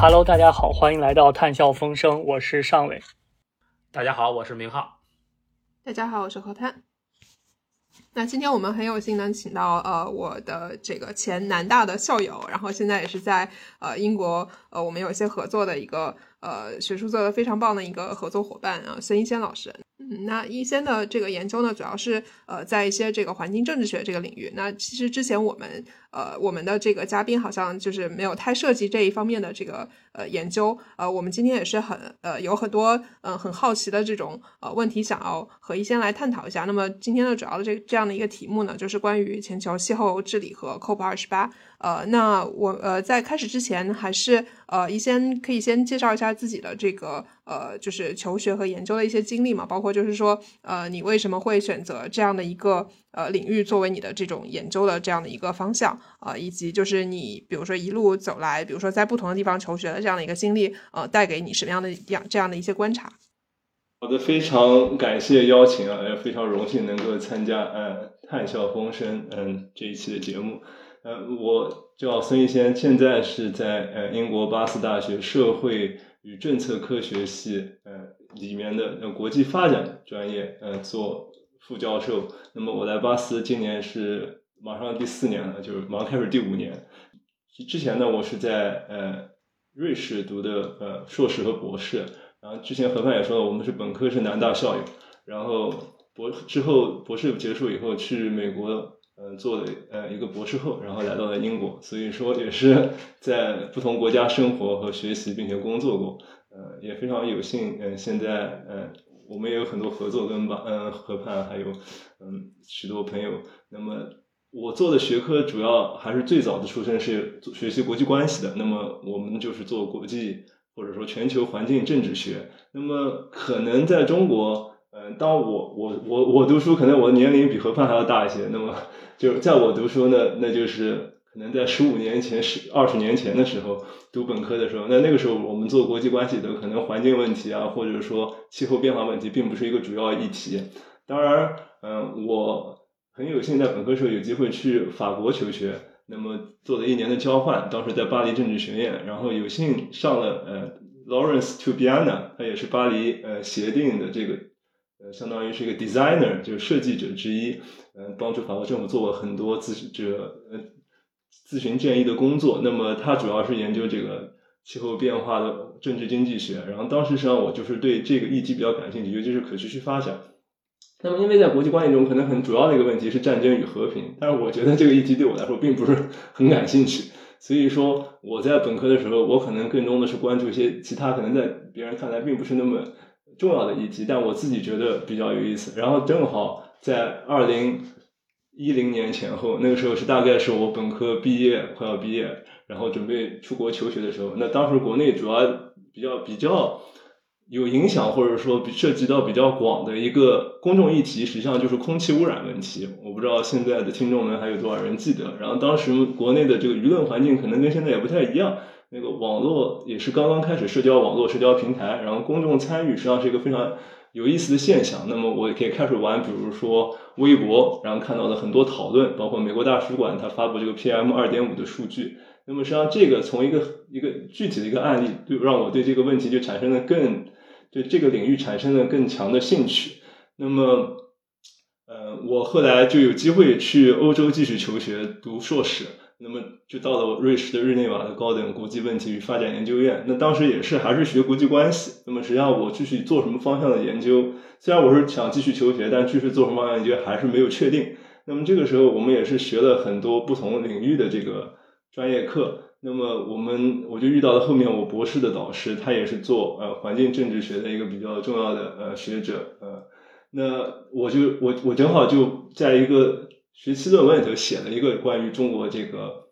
Hello， 大家好，欢迎来到探笑风声，我是尚伟。 大家好，我是明浩。 大家好，我是何探。那今天我们很有幸能请到我的这个前南大的校友，然后现在也是在英国我们有一些合作的一个学术做的非常棒的一个合作伙伴孙一仙老师。那一仙的这个研究呢，主要是在一些这个环境政治学这个领域。那其实之前我们的这个嘉宾好像就是没有太涉及这一方面的这个研究。我们今天也是有很多很好奇的这种问题想要和一仙来探讨一下。那么今天的主要的这样的一个题目呢，就是关于全球气候治理和 COP28。那我在开始之前，还是一仙可以先介绍一下自己的这个就是求学和研究的一些经历嘛，包括就是说你为什么会选择这样的一个领域作为你的这种研究的这样的一个方向以及就是你比如说一路走来，比如说在不同的地方求学的这样的一个经历带给你什么样的这样的一些观察。 好的，非常感谢邀请也非常荣幸能够参加探笑风声这一期的节目。我叫孙一仙，现在是在英国巴斯大学社会与政策科学系里面的国际发展专业做副教授。那么我来巴斯今年是马上第4年了，就是马上开始第5年。之前呢，我是在瑞士读的硕士和博士。然后之前何范也说了，我们是本科是南大校友，然后之后博士结束以后去美国做了一个博士后，然后来到了英国，所以说也是在不同国家生活和学习并且工作过，也非常有幸现在我们也有很多合作跟何范还有许多朋友。那么我做的学科主要还是最早的出身是学习国际关系的，那么我们就是做国际或者说全球环境政治学。那么可能在中国当我读书，可能我的年龄比何范还要大一些，那么就在我读书呢，那就是可能在15年前20年前的时候读本科的时候，那个时候我们做国际关系的可能环境问题或者说气候变化问题并不是一个主要议题。当然我很有幸在本科时候有机会去法国求学，那么做了1年的交换，当时在巴黎政治学院，然后有幸上了Lawrence Tubiana， 他也是巴黎协定的这个相当于是一个 designer， 就是设计者之一，帮助法国政府做了很多咨询建议的工作。那么他主要是研究这个气候变化的政治经济学，然后当时实际上我就是对这个议题比较感兴趣，尤其是可持续发展。那么因为在国际关系中可能很主要的一个问题是战争与和平，但是我觉得这个议题对我来说并不是很感兴趣，所以说我在本科的时候我可能更多的是关注一些其他可能在别人看来并不是那么重要的议题，但我自己觉得比较有意思。然后正好在2010年前后，那个时候是大概是我本科快要毕业，然后准备出国求学的时候，那当时国内主要比较有影响或者说涉及到比较广的一个公众议题，实际上就是空气污染问题。我不知道现在的听众们还有多少人记得，然后当时国内的这个舆论环境可能跟现在也不太一样，那个网络也是刚刚开始，社交网络社交平台，然后公众参与实际上是一个非常有意思的现象。那么我也可以开始玩比如说微博，然后看到了很多讨论，包括美国大使馆它发布这个 PM2.5 的数据。那么实际上这个从一个具体的一个案例，就让我对这个问题就产生了对这个领域产生了更强的兴趣。那么我后来就有机会去欧洲继续求学读硕士，那么就到了瑞士的日内瓦的高等国际问题与发展研究院。那当时也是还是学国际关系，那么实际上我继续做什么方向的研究，虽然我是想继续求学，但继续做什么方向研究还是没有确定。那么这个时候我们也是学了很多不同领域的这个专业课，那么我就遇到了后面我博士的导师，他也是做环境政治学的一个比较重要的学者。那我正好就在一个学期论文里头写了一个关于中国这个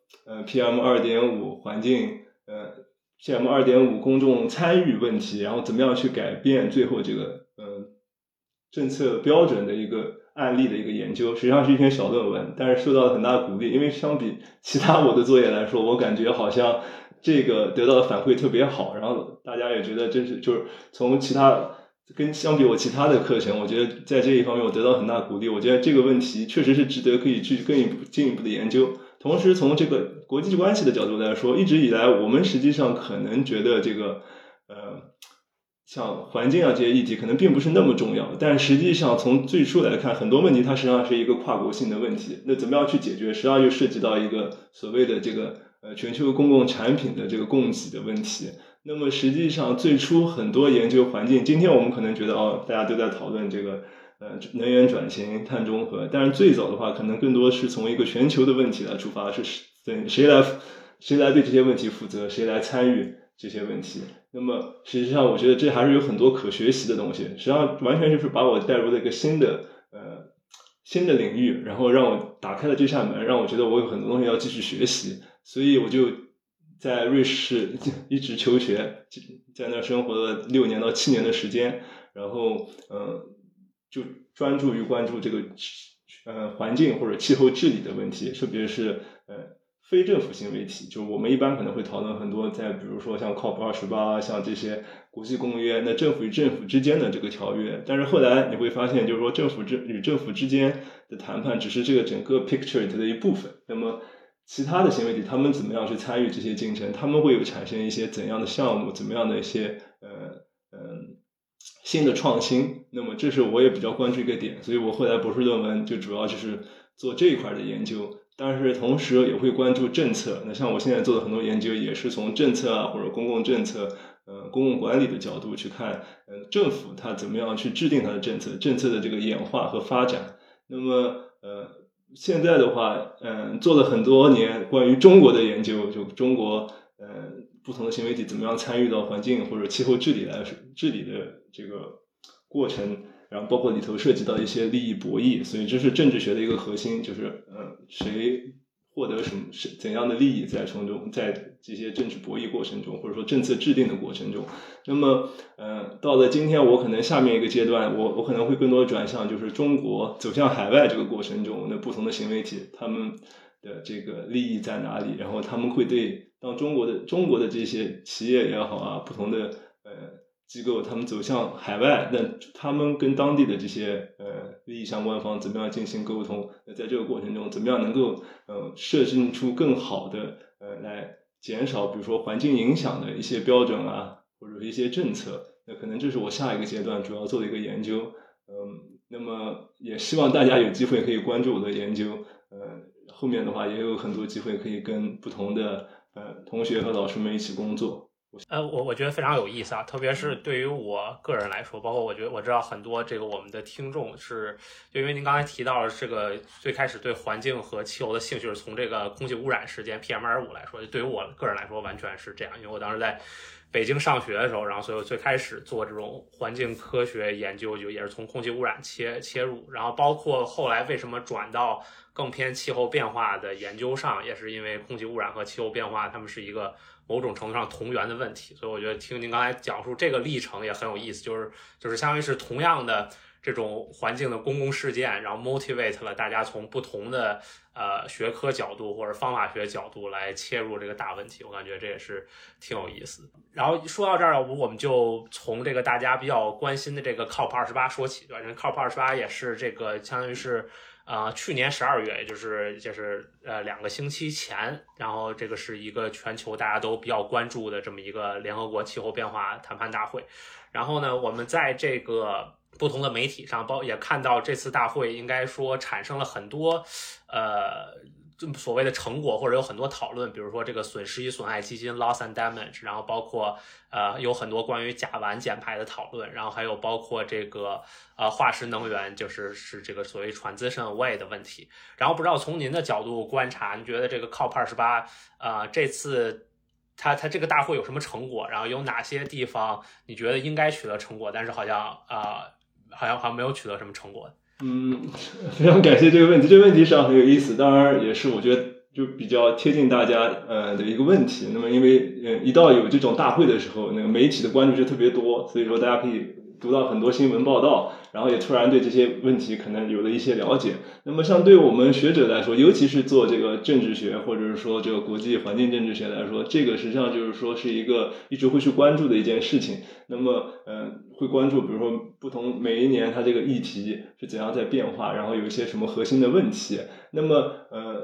PM2.5 环境PM2.5 公众参与问题，然后怎么样去改变最后这个政策标准的一个案例的一个研究，实际上是一篇小论文，但是受到了很大的鼓励，因为相比其他我的作业来说，我感觉好像这个得到的反馈特别好，然后大家也觉得就是从相比我其他的课程，我觉得在这一方面我得到很大鼓励，我觉得这个问题确实是值得可以去进一步的研究。 同时从这个国际关系的角度来说，一直以来我们实际上可能觉得这个像环境啊这些议题可能并不是那么重要，但实际上从最初来看，很多问题它实际上是一个跨国性的问题。那怎么样去解决，实际上就涉及到一个所谓的这个全球公共产品的这个供给的问题。那么实际上最初很多研究环境，今天我们可能觉得大家都在讨论这个能源转型、碳中和，但是最早的话可能更多是从一个全球的问题来出发，是谁来对这些问题负责，谁来参与这些问题。那么实际上我觉得这还是有很多可学习的东西，实际上完全就是把我带入了一个新的领域，然后让我打开了这扇门，让我觉得我有很多东西要继续学习，所以我就在瑞士一直求学，在那生活了6年到7年的时间，然后就专注于关注这个环境或者气候治理的问题，特别是非政府行为体，就是我们一般可能会讨论很多在比如说像 COP28 像这些国际公约，那政府与政府之间的这个条约，但是后来你会发现就是说政府与政府之间的谈判只是这个整个 picture 的一部分，那么其他的行为体他们怎么样去参与这些进程，他们会有产生一些怎样的项目，怎么样的一些新的创新，那么这是我也比较关注一个点，所以我后来博士论文就主要就是做这一块的研究，但是同时也会关注政策。那像我现在做的很多研究也是从政策啊或者公共政策公共管理的角度去看政府它怎么样去制定它的政策的这个演化和发展。那么现在的话做了很多年关于中国的研究，就中国不同的行为体怎么样参与到环境或者气候治理的这个过程，然后包括里头涉及到一些利益博弈，所以这是政治学的一个核心，就是谁获得怎样的利益在这些政治博弈过程中，或者说政策制定的过程中。那么到了今天我可能下面一个阶段，我可能会更多转向就是中国走向海外这个过程中，那不同的行为体他们的这个利益在哪里，然后他们会对当中国的这些企业也好啊，不同的机构他们走向海外，那他们跟当地的这些利益相关方怎么样进行沟通，在这个过程中怎么样能够设计出更好的来减少比如说环境影响的一些标准啊，或者一些政策，那可能这是我下一个阶段主要做的一个研究。那么也希望大家有机会可以关注我的研究，后面的话也有很多机会可以跟不同的同学和老师们一起工作。 我觉得非常有意思啊，特别是对于我个人来说，包括我知道很多这个我们的听众是，就因为您刚才提到了这个最开始对环境和气候的兴趣是从这个空气污染事件 PM2.5 来说，对于我个人来说完全是这样，因为我当时在北京上学的时候，然后所以我最开始做这种环境科学研究，就也是从空气污染切入，然后包括后来为什么转到更偏气候变化的研究上，也是因为空气污染和气候变化它们是一个某种程度上同源的问题，所以我觉得听您刚才讲述这个历程也很有意思，就是相当于是同样的这种环境的公共事件，然后 motivate 了大家从不同的学科角度或者方法学角度来切入这个大问题，我感觉这也是挺有意思的。然后说到这儿，我们就从这个大家比较关心的这个 COP28 说起，对吧？COP28 也是这个相当于是去年12月，也就是2个星期前，然后这个是一个全球大家都比较关注的这么一个联合国气候变化谈判大会。然后呢，我们在这个不同的媒体上也看到这次大会应该说产生了很多所谓的成果，或者有很多讨论，比如说这个损失与损害基金 loss and damage， 然后包括有很多关于甲烷减排的讨论，然后还有包括这个化石能源是这个所谓 transition away 的问题。然后不知道从您的角度观察，你觉得这个 COP28 这次它这个大会有什么成果，然后有哪些地方你觉得应该取得成果，但是好像没有取得什么成果？ 非常感谢这个问题，这个问题实际上很有意思，当然也是我觉得就比较贴近大家的一个问题。那么因为一到有这种大会的时候，那个媒体的关注就特别多，所以说大家可以读到很多新闻报道，然后也突然对这些问题可能有了一些了解。那么像对我们学者来说，尤其是做这个政治学或者是说这个国际环境政治学来说，这个实际上就是说是一个一直会去关注的一件事情。那么会关注比如说不同每一年它这个议题是怎样在变化，然后有一些什么核心的问题。那么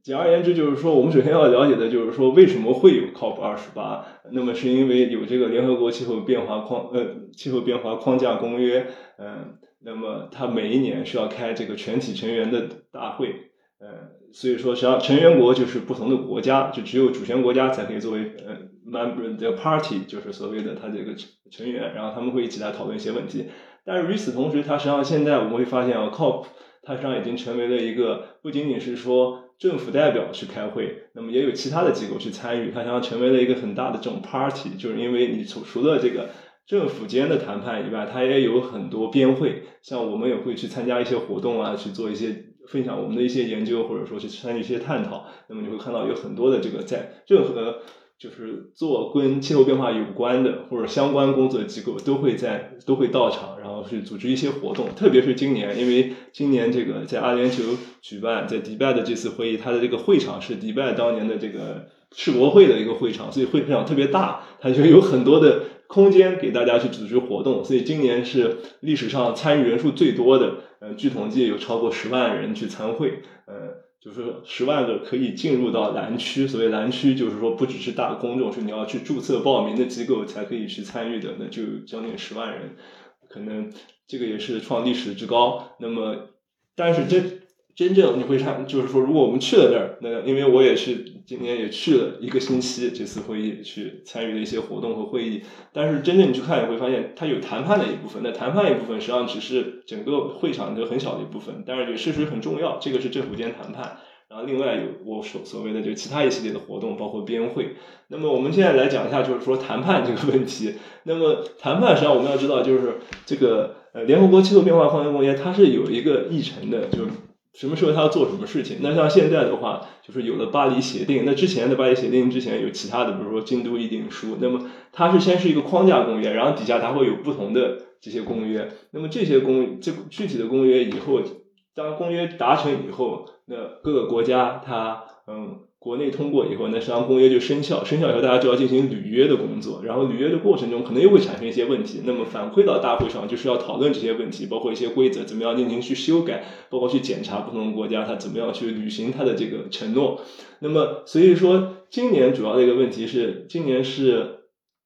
简而言之，就是说我们首先要了解的就是说为什么会有 COP28，那么是因为有这个联合国气候变化框架公约，那么它每一年需要开这个全体成员的大会，所以说实际上成员国就是不同的国家，就只有主权国家才可以作为member the party， 就是所谓的它这个成员，然后他们会一起来讨论一些问题。但是与此同时，它实际上现在我们会发现COP 它实际上已经成为了一个不仅仅是说政府代表去开会，那么也有其他的机构去参与，它实际上成为了一个很大的这种 party， 就是因为你除了这个政府间的谈判以外，它也有很多边会，像我们也会去参加一些活动啊，去做一些分享我们的一些研究，或者说去参与一些探讨。那么你会看到有很多的这个在任何就是做跟气候变化有关的或者相关工作的机构都会到场，然后去组织一些活动。特别是今年，因为今年这个在阿联酋举办在迪拜的这次会议，它的这个会场是迪拜当年的这个世博会的一个会场，所以会场特别大，它就有很多的空间给大家去组织活动，所以今年是历史上参与人数最多的，据统计有超过10万人去参会，就是10万个可以进入到蓝区，所谓蓝区就是说不只是大公众，是你要去注册报名的机构才可以去参与的，那就有将近10万人，可能这个也是创历史之高。那么但是真正你会看，就是说如果我们去了那儿，那因为我也是今年也去了1个星期，这次会议去参与的一些活动和会议，但是真正你去看，你会发现它有谈判的一部分，那谈判一部分实际上只是整个会场的很小的一部分，但是也事实很重要，这个是政府间谈判。然后另外有我所谓的就其他一系列的活动，包括边会。那么我们现在来讲一下，就是说谈判这个问题。那么谈判实际上我们要知道，就是这个联合国气候变化框架公约，它是有一个议程的，就是什么时候它要做什么事情。那像现在的话，就是有了巴黎协定，那之前的巴黎协定之前有其他的，比如说京都议定书，那么它是先是一个框架公约，然后底下它会有不同的这些公约。那么这具体的公约以后，当公约达成以后，那各个国家它国内通过以后，那实际上公约就生效，生效以后大家就要进行履约的工作，然后履约的过程中可能又会产生一些问题，那么反馈到大会上就是要讨论这些问题，包括一些规则怎么样进行去修改，包括去检查不同国家它怎么样去履行它的这个承诺。那么所以说今年主要的一个问题是，今年是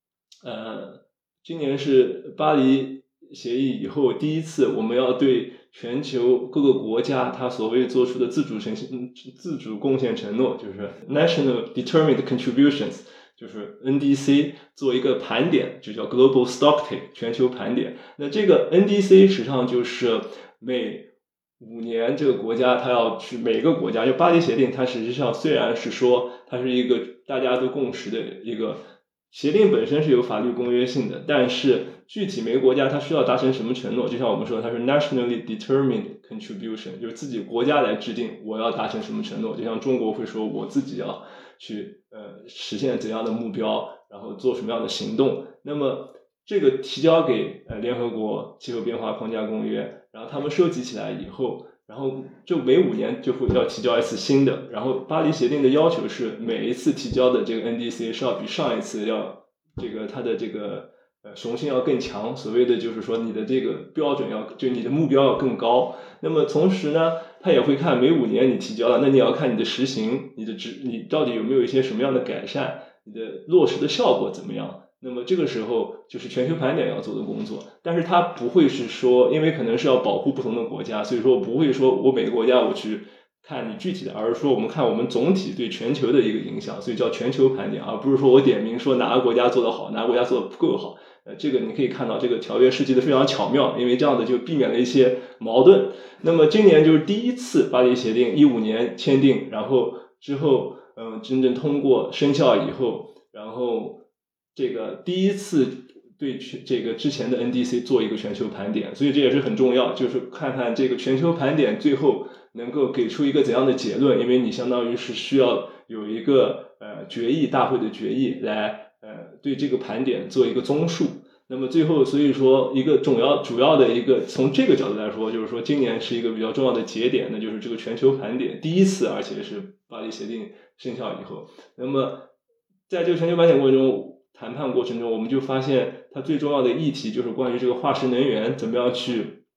巴黎协议以后第一次我们要对全球各个国家它所谓做出的自主贡献承诺，就是 National Determined Contributions， 就是 NDC 做一个盘点，就叫 Global Stocktake 全球盘点。那这个 NDC 实际上就是每5年这个国家它要去每个国家，就巴黎协定它实际上虽然是说它是一个大家都共识的一个协定，本身是有法律公约性的，但是具体每个国家它需要达成什么承诺，就像我们说它是 nationally determined contribution， 就是自己国家来制定我要达成什么承诺，就像中国会说我自己要去实现怎样的目标，然后做什么样的行动。那么这个提交给联合国气候变化框架公约，然后他们收集起来以后，然后就每5年就会要提交一次新的，然后巴黎协定的要求是每一次提交的这个 NDC 是要比上一次要这个它的这个雄性要更强，所谓的就是说你的这个标准就你的目标要更高。那么同时呢，他也会看每5年你提交了，那你要看你的实行，你到底有没有一些什么样的改善，你的落实的效果怎么样。那么这个时候就是全球盘点要做的工作，但是它不会是说，因为可能是要保护不同的国家，所以说不会说我每个国家我去看你具体的，而是说我们看我们总体对全球的一个影响，所以叫全球盘点，而不是说我点名说哪个国家做得好，哪个国家做得不够好。这个你可以看到这个条约设计的非常巧妙，因为这样的就避免了一些矛盾。那么今年就是第一次巴黎协定15年签订，然后之后真正通过生效以后，然后这个第一次对这个之前的 NDC 做一个全球盘点，所以这也是很重要，就是看看这个全球盘点最后能够给出一个怎样的结论，因为你相当于是需要有一个决议大会的决议来对这个盘点做一个综述。那么最后所以说一个主要的一个从这个角度来说，就是说今年是一个比较重要的节点，那就是这个全球盘点第一次，而且是巴黎协定生效以后。那么在这个全球盘点过程中，谈判过程中，我们就发现它最重要的议题就是关于这个化石能源怎么样去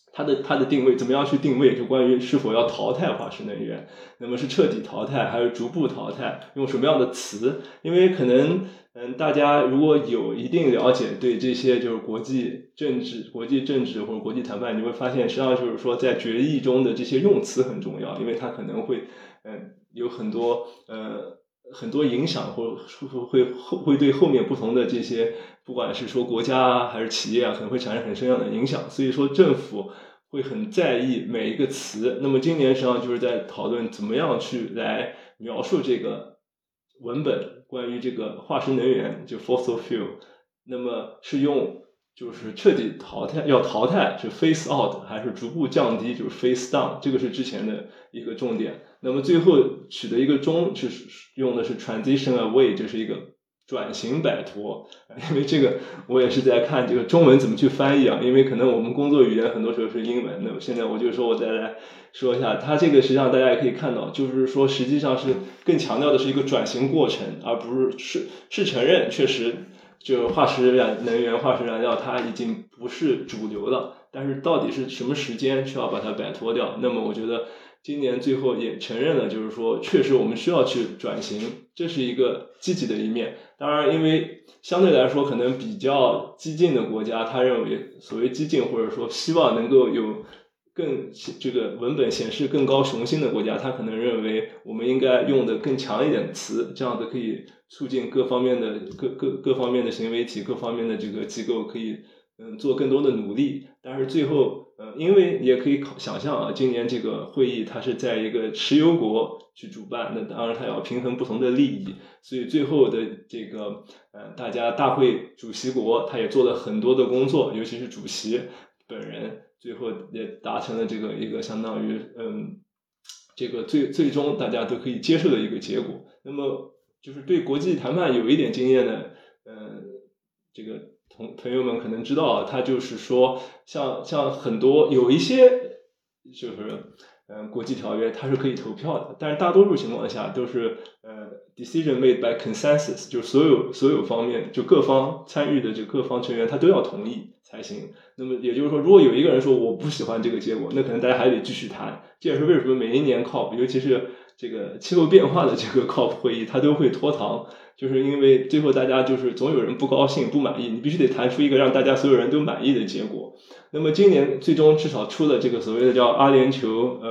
它的定位怎么样去定位，就关于是否要淘汰化石能源，那么是彻底淘汰还是逐步淘汰，用什么样的词？因为可能大家如果有一定了解对这些就是国际政治或者国际谈判，你会发现实际上就是说在决议中的这些用词很重要，因为它可能会有很多影响，或会对后面不同的这些不管是说国家啊还是企业啊可能会产生很深远的影响，所以说政府会很在意每一个词。那么今年实际上就是在讨论怎么样去来描述这个文本关于这个化石能源就 fossil fuel， 那么是用就是彻底要淘汰就 phase out 还是逐步降低就是 phase down， 这个是之前的一个重点。那么最后取得一个就是用的是 transition away， 就是一个转型摆脱。因为这个我也是在看这个中文怎么去翻译啊，因为可能我们工作语言很多时候是英文，那么现在我就说我再来说一下，它这个实际上大家也可以看到，就是说实际上是更强调的是一个转型过程，而不是承认确实就化石能源化石燃料它已经不是主流了，但是到底是什么时间需要把它摆脱掉。那么我觉得今年最后也承认了，就是说确实我们需要去转型，这是一个积极的一面。当然因为相对来说可能比较激进的国家，他认为所谓激进或者说希望能够有更这个文本显示更高雄心的国家，他可能认为我们应该用的更强一点的词，这样子可以促进各方面的各方面的行为体各方面的这个机构可以做更多的努力。但是最后因为也可以想象啊，今年这个会议它是在一个持有国去主办，那当然它要平衡不同的利益，所以最后的这个大家大会主席国他也做了很多的工作，尤其是主席本人最后也达成了这个一个相当于这个最终大家都可以接受的一个结果。那么就是对国际谈判有一点经验的这个朋友们可能知道，他就是说像很多有一些就是国际条约它是可以投票的，但是大多数情况下都是decision made by consensus， 就所有方面就各方参与的这各方成员他都要同意才行。那么也就是说，如果有一个人说我不喜欢这个结果，那可能大家还得继续谈。这也是为什么每一年 COP， 尤其是这个气候变化的这个 COP 会议它都会拖堂，就是因为最后大家就是总有人不高兴不满意，你必须得谈出一个让大家所有人都满意的结果。那么今年最终至少出了这个所谓的叫阿联酋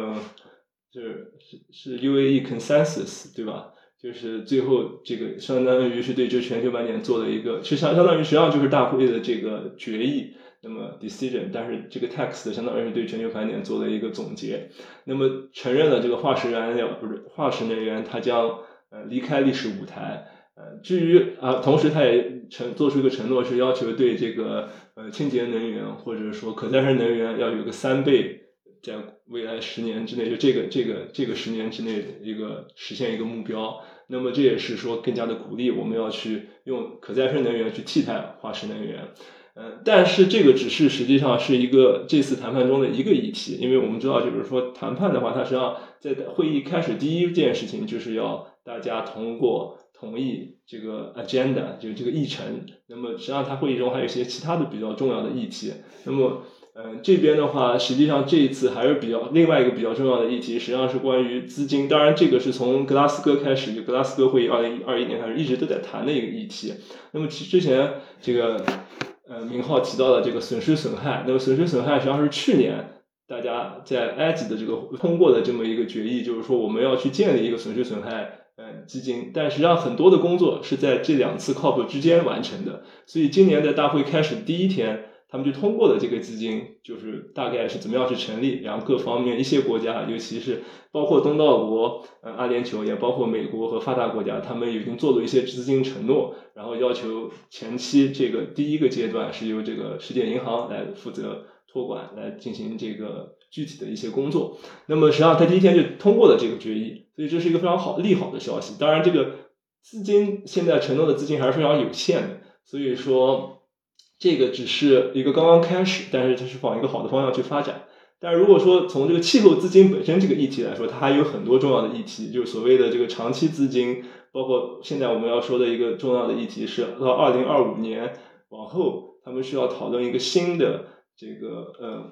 是 UAE consensus 对吧，就是最后这个相当于是对这全球盘点做了一个，相当于实际上就是大会的这个决议，那么 decision， 但是这个 text 相当于是对全球盘点做了一个总结。那么承认了这个化石能源它将离开历史舞台。至于同时他也做出一个承诺，是要求对这个清洁能源或者说可再生能源要有个3倍，在未来10年之内，就这个10年之内的一个实现一个目标。那么这也是说更加的鼓励我们要去用可再生能源去替代化石能源。但是这个只是实际上是一个这次谈判中的一个议题，因为我们知道就是说谈判的话，它实际上在会议开始第一件事情就是要大家同意这个 agenda， 就这个议程。那么实际上它会议中还有一些其他的比较重要的议题。那么这边的话实际上这一次还是另外一个比较重要的议题，实际上是关于资金。当然这个是从格拉斯哥开始，就格拉斯哥会议2021年开始一直都在谈的一个议题。那么之前这个明浩提到的这个损失损害，那么损失损害实际上是去年大家在埃及的这个通过的这么一个决议，就是说我们要去建立一个损失损害基金，但实际上很多的工作是在这2次 COP 之间完成的。所以今年在大会开始第一天，他们就通过了这个基金，就是大概是怎么样去成立，然后各方面一些国家，尤其是包括东道国阿联酋，也包括美国和发达国家，他们已经做了一些资金承诺，然后要求前期这个第一个阶段是由这个世界银行来负责托管，来进行这个具体的一些工作。那么实际上他第一天就通过了这个决议，所以这是一个非常利好的消息。当然这个资金现在承诺的资金还是非常有限的，所以说这个只是一个刚刚开始，但是它是往一个好的方向去发展。但是如果说从这个气候资金本身这个议题来说，它还有很多重要的议题，就是所谓的这个长期资金，包括现在我们要说的一个重要的议题是到2025年往后，他们需要讨论一个新的这个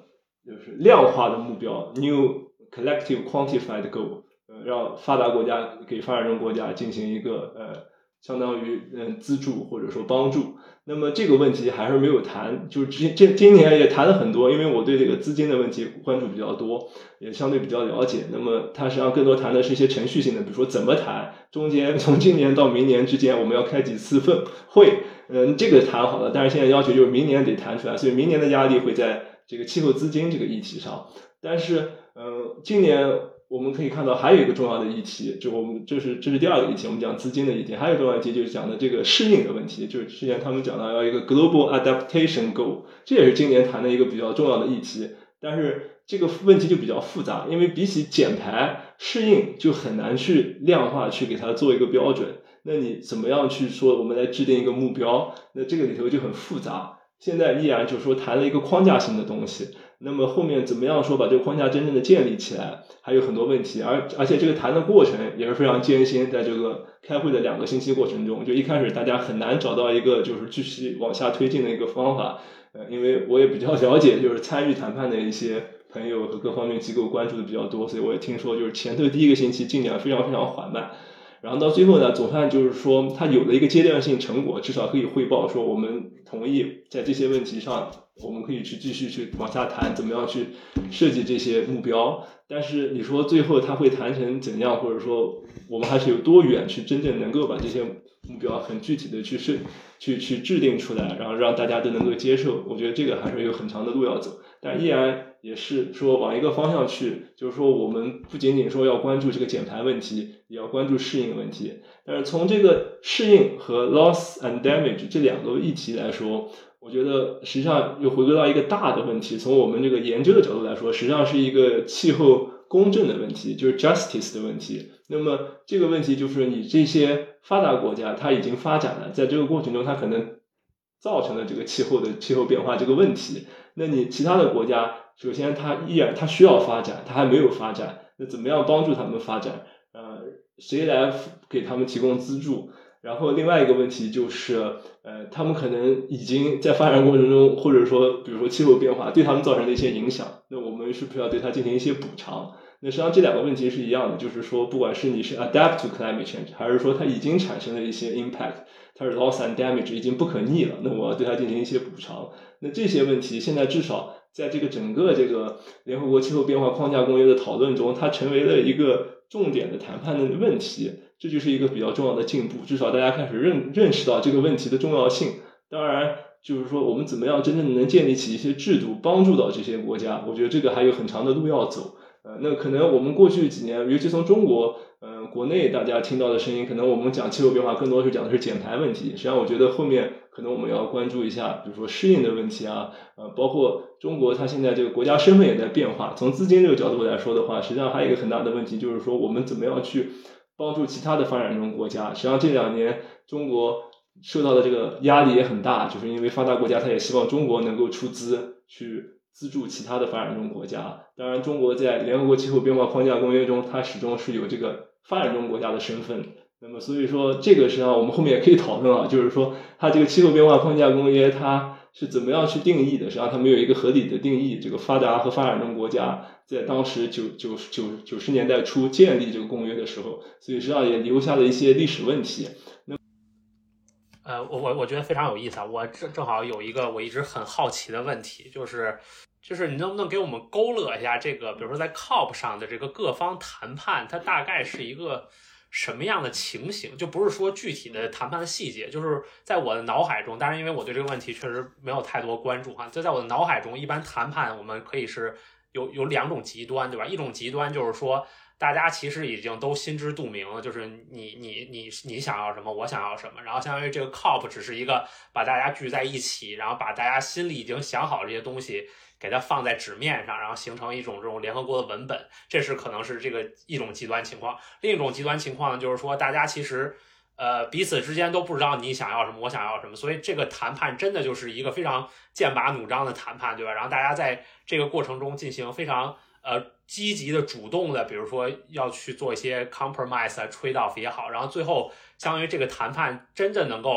就是量化的目标 ，New Collective Quantified Goal，让发达国家给发展中国家进行一个相当于资助或者说帮助。那么这个问题还是没有谈，就是今年也谈了很多，因为我对这个资金的问题关注比较多，也相对比较了解。那么它实际上更多谈的是一些程序性的，比如说怎么谈，中间从今年到明年之间我们要开几次会，这个谈好了，但是现在要求就是明年得谈出来，所以明年的压力会在这个气候资金这个议题上。但是今年我们可以看到还有一个重要的议题，就我们这是第二个议题，我们讲资金的议题，还有重要的议题就是讲的这个适应的问题，就是之前他们讲到要一个 Global Adaptation Goal， 这也是今年谈的一个比较重要的议题。但是这个问题就比较复杂，因为比起减排，适应就很难去量化去给它做一个标准。那你怎么样去说我们来制定一个目标？那这个里头就很复杂。现在依然就是说谈了一个框架性的东西，那么后面怎么样说把这个框架真正的建立起来，还有很多问题，而且这个谈的过程也是非常艰辛，在这个开会的2个星期过程中，就一开始大家很难找到一个就是继续往下推进的一个方法，因为我也比较了解，就是参与谈判的一些朋友和各方面机构关注的比较多，所以我也听说就是前头第1个星期进展非常非常缓慢。然后到最后呢，总算就是说它有了一个阶段性成果，至少可以汇报说我们同意在这些问题上我们可以去继续去往下谈怎么样去设计这些目标。但是你说最后它会谈成怎样，或者说我们还是有多远去真正能够把这些目标很具体的去制定出来，然后让大家都能够接受，我觉得这个还是有很长的路要走。但依然也是说往一个方向去，就是说我们不仅仅说要关注这个减排问题，也要关注适应问题。但是从这个适应和 loss and damage 这2个议题来说，我觉得实际上又回归到一个大的问题，从我们这个研究的角度来说，实际上是一个气候公正的问题，就是 justice 的问题。那么这个问题就是你这些发达国家它已经发展了，在这个过程中它可能造成了这个气候变化这个问题，那你其他的国家首先它需要发展，它还没有发展，那怎么样帮助他们发展？谁来给他们提供资助？然后另外一个问题就是他们可能已经在发展过程中，或者说比如说气候变化对他们造成的一些影响，那我们是不是要对它进行一些补偿？那实际上这2个问题是一样的，就是说不管是你是 adapt to climate change， 还是说它已经产生了一些 impact， 它是 loss and damage 已经不可逆了，那我要对它进行一些补偿。那这些问题现在至少在这个整个这个联合国气候变化框架公约的讨论中，它成为了一个重点的谈判的问题，这就是一个比较重要的进步，至少大家开始认识到这个问题的重要性。当然就是说我们怎么样真正能建立起一些制度帮助到这些国家，我觉得这个还有很长的路要走。那可能我们过去几年尤其从中国国内大家听到的声音，可能我们讲气候变化更多是讲的是减排问题，实际上我觉得后面可能我们要关注一下比如说适应的问题啊，包括中国它现在这个国家身份也在变化，从资金这个角度来说的话，实际上还有一个很大的问题，就是说我们怎么样去帮助其他的发展中国家。实际上这2年中国受到的这个压力也很大，就是因为发达国家它也希望中国能够出资去资助其他的发展中国家。当然中国在联合国气候变化框架公约中它始终是有这个发展中国家的身份，那么所以说这个实际上我们后面也可以讨论啊，就是说它这个气候变化框架公约它是怎么样去定义的，实际上它没有一个合理的定义。这个发达和发展中国家在当时90年代初建立这个公约的时候，所以实际上也留下了一些历史问题。 我觉得非常有意思啊！我正好有一个我一直很好奇的问题，就是你能不能给我们勾勒一下这个，比如说在 COP 上的这个各方谈判，它大概是一个什么样的情形？就不是说具体的谈判的细节，就是在我的脑海中，当然因为我对这个问题确实没有太多关注哈，就在我的脑海中，一般谈判我们可以是有2种极端，对吧？一种极端就是说大家其实已经都心知肚明了，就是你想要什么，我想要什么，然后相当于这个 COP 只是一个把大家聚在一起，然后把大家心里已经想好这些东西给它放在纸面上，然后形成一种这种联合国的文本，这是可能是这个一种极端情况。另一种极端情况呢，就是说大家其实彼此之间都不知道你想要什么，我想要什么，所以这个谈判真的就是一个非常剑拔弩张的谈判，对吧？然后大家在这个过程中进行非常积极的主动的，比如说要去做一些 compromise trade off 也好，然后最后相当于这个谈判真正能够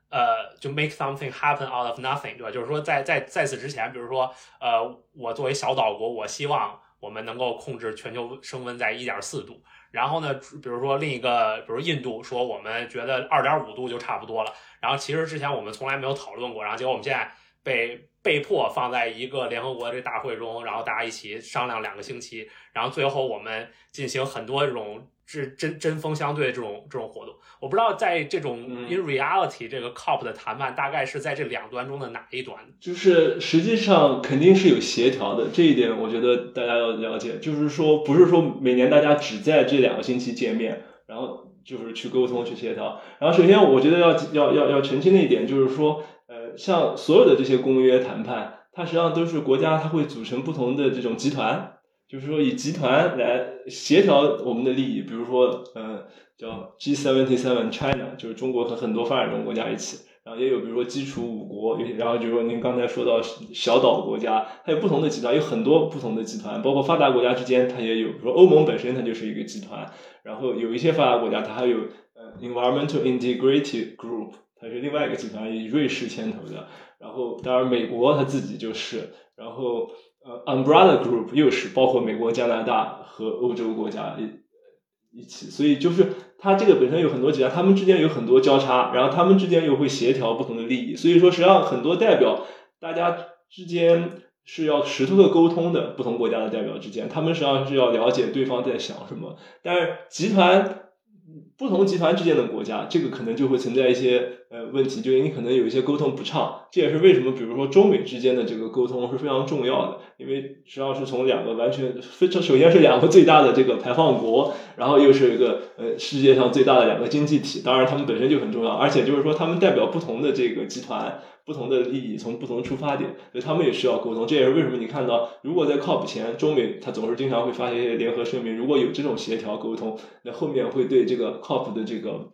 就 make something happen out of nothing， 对吧？就是说在此之前，比如说我作为小岛国，我希望我们能够控制全球升温在 1.4 度。然后呢，比如说另一个，比如印度说我们觉得 2.5 度就差不多了。然后其实之前我们从来没有讨论过，然后结果我们现在被迫放在一个联合国这大会中，然后大家一起商量2个星期，然后最后我们进行很多这种针锋相对这种活动。我不知道在这种 in reality 这个 COP 的谈判大概是在这2端中的哪一端？ 就是实际上肯定是有协调的，这一点我觉得大家要了解。就是说不是说每年大家只在这2个星期见面，然后就是去沟通去协调。然后首先我觉得要澄清的一点就是说，像所有的这些公约谈判，它实际上都是国家它会组成不同的这种集团，就是说以集团来协调我们的利益。比如说叫 G77 China， 就是中国和很多发展中国家一起，然后也有比如说基础5国，然后就是说您刚才说到小岛国家，它有不同的集团，有很多不同的集团，包括发达国家之间它也有，比如说欧盟本身它就是一个集团，然后有一些发达国家它还有Environmental Integrated Group， 它是另外一个集团，以瑞士牵头的，然后当然美国它自己就是，然后Umbrella Group 又是包括美国、加拿大和欧洲国家一起，所以就是它这个本身有很多集团，他们之间有很多交叉，然后他们之间又会协调不同的利益，所以说实际上很多代表大家之间是要实时的沟通的，不同国家的代表之间，他们实际上是要了解对方在想什么。但是不同集团之间的国家，这个可能就会存在一些问题，就是你可能有一些沟通不畅，这也是为什么比如说中美之间的这个沟通是非常重要的，因为实际上是从2个完全首先是2个最大的这个排放国，然后又是一个世界上最大的2个经济体，当然他们本身就很重要，而且就是说他们代表不同的这个集团，不同的利益，从不同出发点，所以他们也需要沟通。这也是为什么你看到如果在 COP 前中美它总是经常会发一些联合声明，如果有这种协调沟通，那后面会对这个 COP 的这个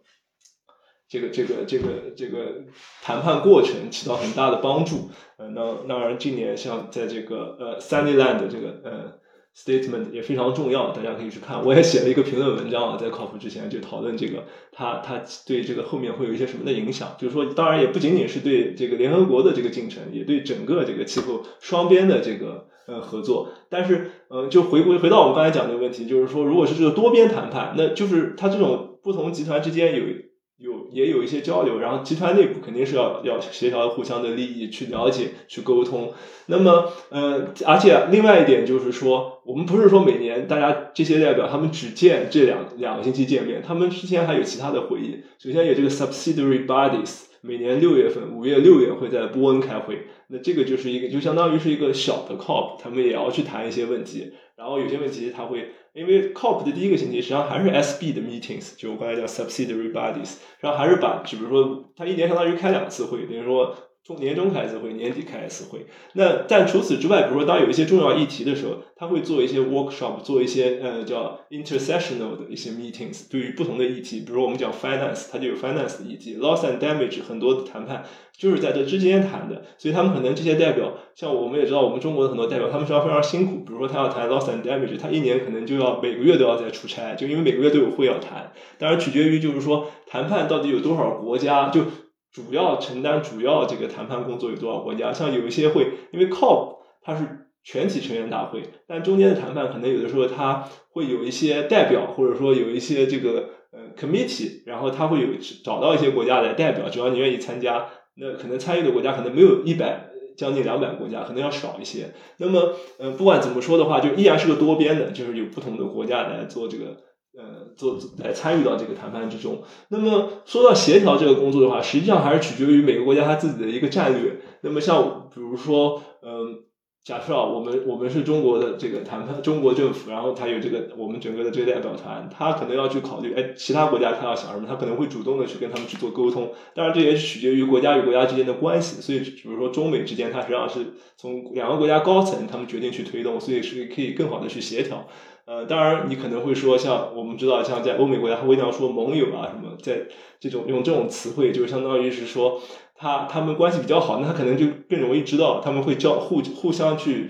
谈判过程起到很大的帮助。那当然今年像在这个Sunnyland 的这个statement 也非常重要，大家可以去看。我也写了一个评论文章在 COP 之前就讨论这个它对这个后面会有一些什么的影响，就是说当然也不仅仅是对这个联合国的这个进程，也对整个这个气候双边的这个合作。但是就回到我们刚才讲的问题，就是说如果是这个多边谈判，那就是它这种不同集团之间也有一些交流，然后集团内部肯定是要协调互相的利益，去了解去沟通。那么而且另外一点就是说，我们不是说每年大家这些代表他们只见这两个星期见面，他们之前还有其他的会议。首先有这个 subsidiary bodies， 每年5月6月会在波恩开会，那这个就是一个就相当于是一个小的 COP， 他们也要去谈一些问题，然后有些问题他会因为 COP 的第一个星期实际上还是 SB 的 meetings， 就我刚才讲 subsidiary bodies， 然后还是把比如说他1年相当于开2次会，等于说年中开一次会，年底开一次会。但除此之外，比如说当有一些重要议题的时候，他会做一些 workshop， 做一些叫 intersessional 的一些 meetings， 对于不同的议题，比如说我们讲 finance， 它就有 finance 的议题 ，loss and damage 很多的谈判就是在这之间谈的，所以他们可能这些代表，像我们也知道我们中国的很多代表，他们实际上非常辛苦，比如说他要谈 loss and damage， 他1年可能就要每个月都要再出差，就因为每个月都有会要谈。当然取决于就是说谈判到底有多少国家，就主要承担主要这个谈判工作有多少国家。像有一些会，因为 COP 它是全体成员大会，但中间的谈判可能有的时候它会有一些代表，或者说有一些这个committee， 然后他会找到一些国家来代表，只要你愿意参加，那可能参与的国家可能没有将近200国家，可能要少一些。那么不管怎么说的话，就依然是个多边的，就是有不同的国家来做这个来参与到这个谈判之中。那么说到协调这个工作的话，实际上还是取决于每个国家它自己的一个战略。那么像比如说假设我们是中国的这个谈判，中国政府，然后它有这个我们整个的这个代表团，他可能要去考虑其他国家他要想什么，他可能会主动的去跟他们去做沟通。当然这也取决于国家与国家之间的关系，所以比如说中美之间它实际上是从2个国家高层他们决定去推动，所以是可以更好的去协调。当然你可能会说，像我们知道像在欧美国家他会这样说盟友啊什么，在用这种词汇，就相当于是说他们关系比较好，那他可能就更容易知道，他们会互相去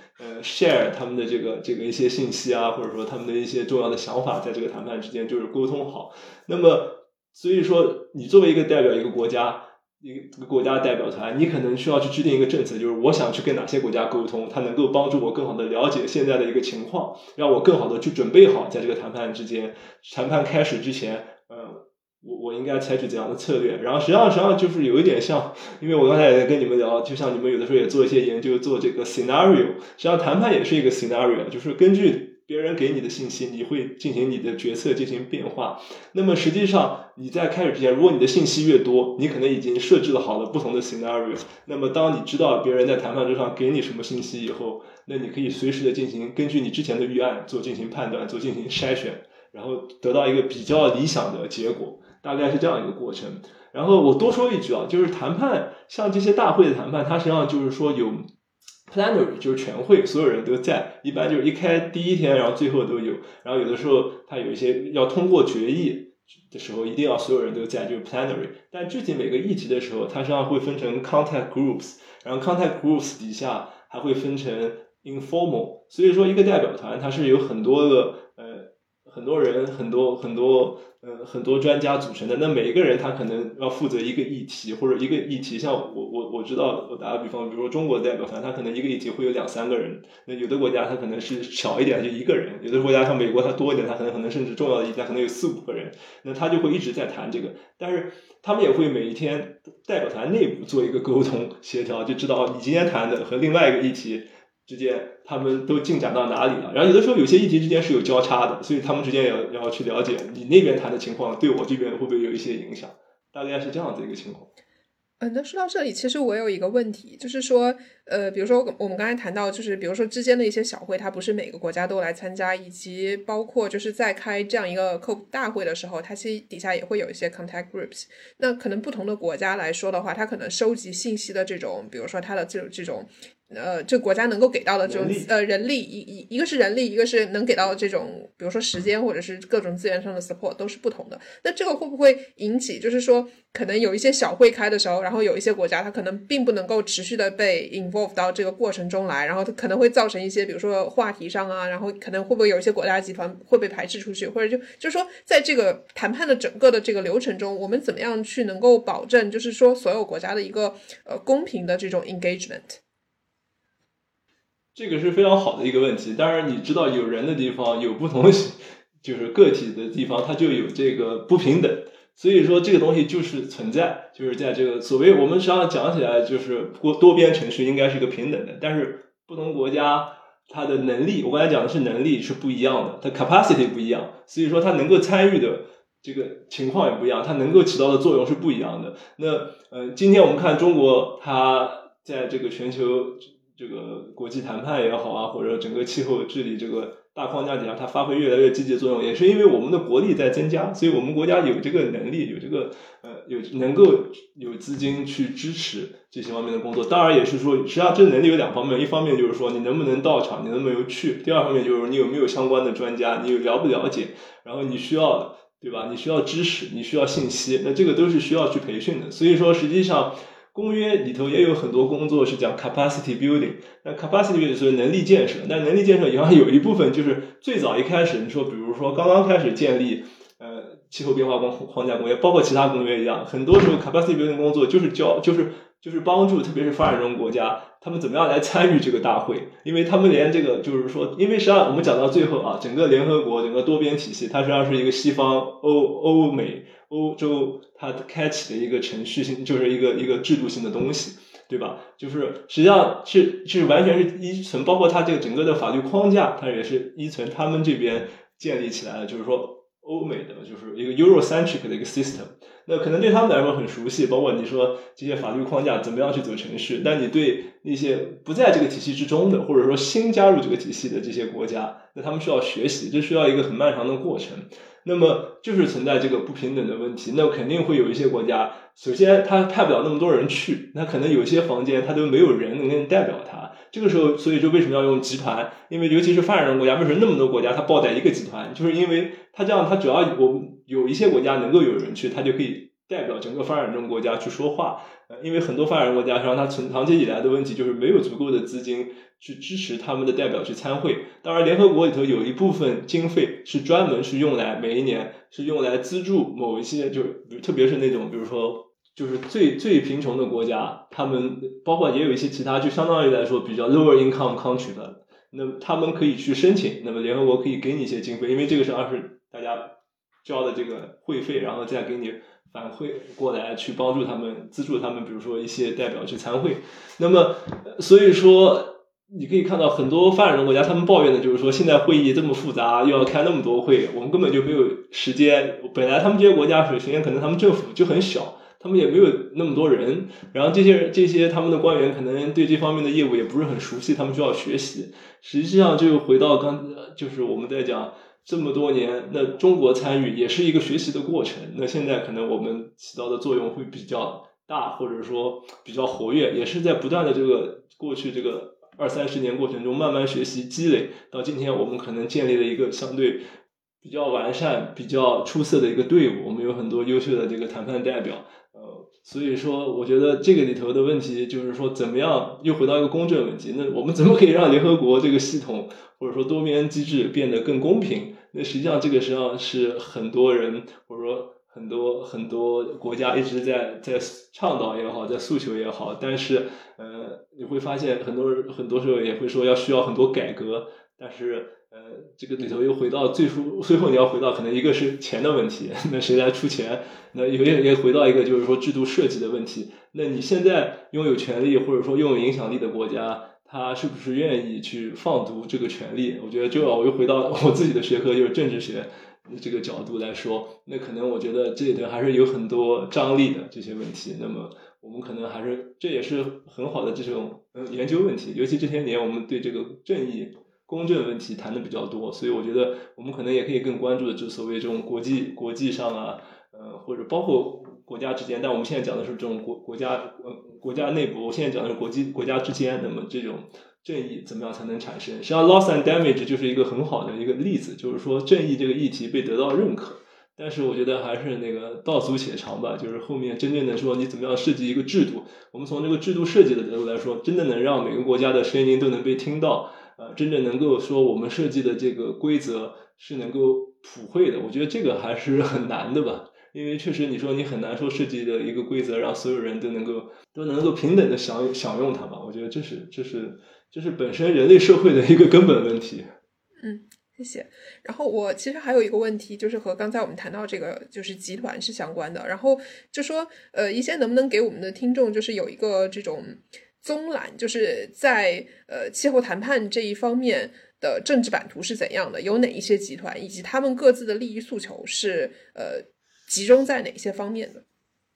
share 他们的这个一些信息啊，或者说他们的一些重要的想法，在这个谈判之间就是沟通好。那么所以说你作为一个代表一个国家， 一个国家代表团，你可能需要去制定一个政策，就是我想去跟哪些国家沟通，它能够帮助我更好的了解现在的一个情况，让我更好的去准备好在这个谈判开始之前，我应该采取怎样的策略。然后实际上就是有一点像，因为我刚才也跟你们聊，就像你们有的时候也做一些研究，做这个 scenario， 实际上谈判也是一个 scenario， 就是根据别人给你的信息，你会进行你的决策进行变化。那么实际上你在开始之前，如果你的信息越多，你可能已经设置了好了不同的 scenario， 那么当你知道别人在谈判桌上给你什么信息以后，那你可以随时的进行根据你之前的预案进行判断，进行筛选，然后得到一个比较理想的结果，大概是这样一个过程。然后我多说一句啊，就是谈判，像这些大会的谈判，它实际上就是说有plenary， 就是全会，所有人都在，一般就是一开第一天，然后最后都有。然后有的时候它有一些要通过决议的时候，一定要所有人都在，就是 plenary。但具体每个议题的时候，它实际上会分成 contact groups， 然后 contact groups 底下还会分成 informal。所以说一个代表团它是有很多个很多人很多专家组成的，那每一个人他可能要负责一个议题，或者一个议题，像我知道，我打个比方，比如说中国的代表团，他可能一个议题会有2-3个人，那有的国家他可能是小一点就1个人，有的国家像美国他多一点，他可能甚至重要的议题他可能有4-5个人，那他就会一直在谈这个，但是他们也会每一天代表团内部做一个沟通协调，就知道你今天谈的和另外一个议题之间他们都进展到哪里了。然后有的时候有些议题之间是有交叉的，所以他们之间也要去了解你那边谈的情况对我这边会不会有一些影响，大概是这样的一个情况。 那说到这里，其实我有一个问题，就是说，比如说我们刚才谈到，就是比如说之间的一些小会，它不是每个国家都来参加，以及包括就是在开这样一个COP大会的时候，它其实底下也会有一些 contact groups。那可能不同的国家来说的话，它可能收集信息的这种，比如说它的这种这个国家能够给到的这种人力，一个是人力，一个是能给到这种比如说时间或者是各种资源上的 support 都是不同的。那这个会不会引起就是说可能有一些小会开的时候，然后有一些国家它可能并不能够持续的被 involve 到这个过程中来，然后它可能会造成一些比如说话题上啊，然后可能会不会有一些国家集团会被排斥出去，或者就是说在这个谈判的整个的这个流程中，我们怎么样去能够保证就是说所有国家的一个公平的这种 engagement。 这个是非常好的一个问题。当然你知道有人的地方有不同就是个体的地方它就有这个不平等，所以说这个东西就是存在，就是在这个所谓我们实际上讲起来就是多边城市应该是一个平等的，但是不同国家它的能力，我刚才讲的是能力是不一样的，它 capacity 不一样，所以说它能够参与的这个情况也不一样，它能够起到的作用是不一样的。那今天我们看中国它在这个全球这个国际谈判也好啊，或者整个气候治理这个大框架底下它发挥越来越积极的作用，也是因为我们的国力在增加，所以我们国家有这个能力，有这个能够有资金去支持这些方面的工作。当然也是说实际上这能力有2方面，一方面就是说你能不能到场，你能不能去，第二方面就是你有没有相关的专家，你了不了解，然后你需要对吧，你需要知识，你需要信息，那这个都是需要去培训的。所以说实际上公约里头也有很多工作是讲 capacity building， 那 capacity building 是能力建设，但能力建设也有一部分就是最早一开始你说比如说刚刚开始建立气候变化框架公约，包括其他公约一样，很多时候 capacity building 工作就是帮助特别是发展中国家他们怎么样来参与这个大会，因为他们连这个就是说，因为实际上我们讲到最后啊，整个联合国整个多边体系它实际上是一个西方欧美欧洲它开启的一个程序性，就是一个制度性的东西，对吧？就是实际上是完全是依存，包括它这个整个的法律框架它也是依存他们这边建立起来的，就是说欧美的就是一个 Eurocentric 的一个 system， 那可能对他们来说很熟悉，包括你说这些法律框架怎么样去走程序，但你对那些不在这个体系之中的，或者说新加入这个体系的这些国家，那他们需要学习，这需要一个很漫长的过程，那么就是存在这个不平等的问题。那肯定会有一些国家，首先他派不了那么多人去，那可能有些房间他都没有人能代表他，这个时候所以就为什么要用集团，因为尤其是发展中国家，为什么那么多国家他抱在一个集团，就是因为他这样他只要有一些国家能够有人去，他就可以代表整个发展中国家去说话，因为很多发展国家实际上它长期以来的问题就是没有足够的资金去支持他们的代表去参会。当然联合国里头有一部分经费是专门是用来每一年是用来资助某一些，就特别是那种比如说就是最贫穷的国家，他们包括也有一些其他就相当于来说比较 lower income country 的，那么他们可以去申请，那么联合国可以给你一些经费，因为这个实际上是大家交的这个会费，然后再给你反馈过来去帮助他们资助他们，比如说一些代表去参会。那么所以说你可以看到很多发展中国家他们抱怨的就是说现在会议这么复杂，又要开那么多会，我们根本就没有时间，本来他们这些国家首先可能他们政府就很小，他们也没有那么多人，然后这些他们的官员可能对这方面的业务也不是很熟悉，他们需要学习。实际上就回到就是我们在讲这么多年，那中国参与也是一个学习的过程，那现在可能我们起到的作用会比较大，或者说比较活跃，也是在不断的这个过去这个20-30年过程中慢慢学习积累，到今天我们可能建立了一个相对比较完善比较出色的一个队伍，我们有很多优秀的这个谈判代表，所以说我觉得这个里头的问题就是说怎么样又回到一个公正问题，那我们怎么可以让联合国这个系统或者说多边机制变得更公平，那实际上这个实际上是很多人或者说很多国家一直在倡导也好，在诉求也好，但是你会发现很多时候也会说需要很多改革，但是这个里头又回到最后你要回到可能一个是钱的问题，那谁来出钱，那也回到一个就是说制度设计的问题，那你现在拥有权力或者说拥有影响力的国家，他是不是愿意去放逐这个权利，我觉得我又回到我自己的学科就是政治学这个角度来说，那可能我觉得这里头还是有很多张力的这些问题，那么我们可能还是这也是很好的这种研究问题，尤其这些年我们对这个正义公正问题谈的比较多，所以我觉得我们可能也可以更关注的就所谓这种国际上啊，或者包括国家之间，但我们现在讲的是这种国家内部，我现在讲的是国家之间，那么这种正义怎么样才能产生？实际上 loss and damage 就是一个很好的一个例子，就是说正义这个议题被得到认可，但是我觉得还是那个道阻且长吧，就是后面真正的说你怎么样设计一个制度，我们从这个制度设计的角度来说，真的能让每个国家的声音都能被听到，真正能够说我们设计的这个规则是能够普惠的，我觉得这个还是很难的吧。因为确实你说你很难说设计的一个规则让所有人都能够平等的享用它吧，我觉得这是本身人类社会的一个根本问题。 谢谢。然后我其实还有一个问题，就是和刚才我们谈到这个就是集团是相关的，然后就说一些能不能给我们的听众就是有一个这种综览，就是在气候谈判这一方面的政治版图是怎样的，有哪一些集团以及他们各自的利益诉求是集中在哪些方面的。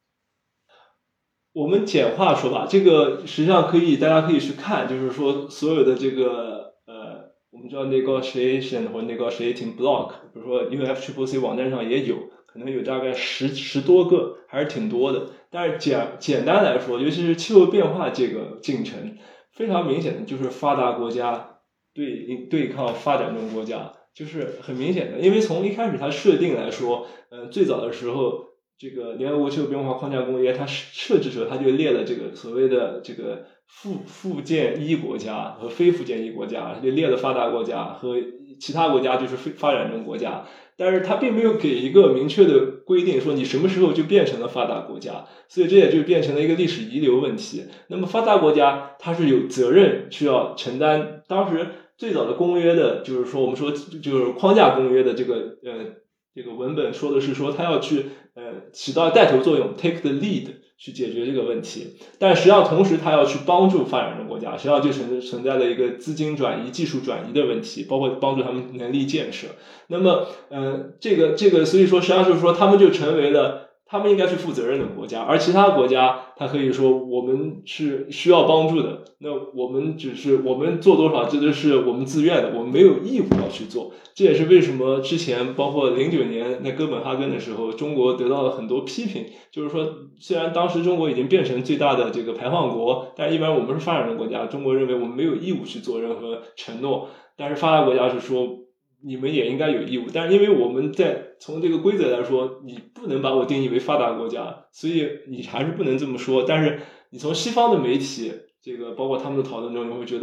我们简化说吧，这个实际上大家可以去看，就是说所有的这个我们知道 negotiation 或 negotiating block， 比如说 UNFCCC 网站上也有，可能有大概十多个，还是挺多的。但是简单来说，尤其是气候变化这个进程，非常明显的就是发达国家对抗发展中国家，就是很明显的。因为从一开始它设定来说，最早的时候，这个联合国气候变化框架公约它设置时候，它就列了这个所谓的这个附件一国家和非附件一国家，就列了发达国家和其他国家就是发展中国家，但是它并没有给一个明确的规定说你什么时候就变成了发达国家，所以这也就变成了一个历史遗留问题。那么发达国家它是有责任需要承担，当时最早的公约的就是说我们说就是框架公约的这个文本说的是说它要去起到带头作用 take the lead 去解决这个问题，但实际上同时它要去帮助发展中国家，实际上就存在了一个资金转移技术转移的问题，包括帮助他们能力建设。那么这个所以说实际上就是说他们就成为了他们应该去负责任的国家，而其他国家他可以说我们是需要帮助的，那我们做多少这都是我们自愿的，我们没有义务要去做。这也是为什么之前包括09年在哥本哈根的时候，中国得到了很多批评，就是说虽然当时中国已经变成最大的这个排放国，但一般我们是发展中国家，中国认为我们没有义务去做任何承诺，但是发达国家是说你们也应该有义务，但是因为我们从这个规则来说，你不能把我定义为发达国家，所以你还是不能这么说。但是你从西方的媒体这个包括他们的讨论中，你会觉得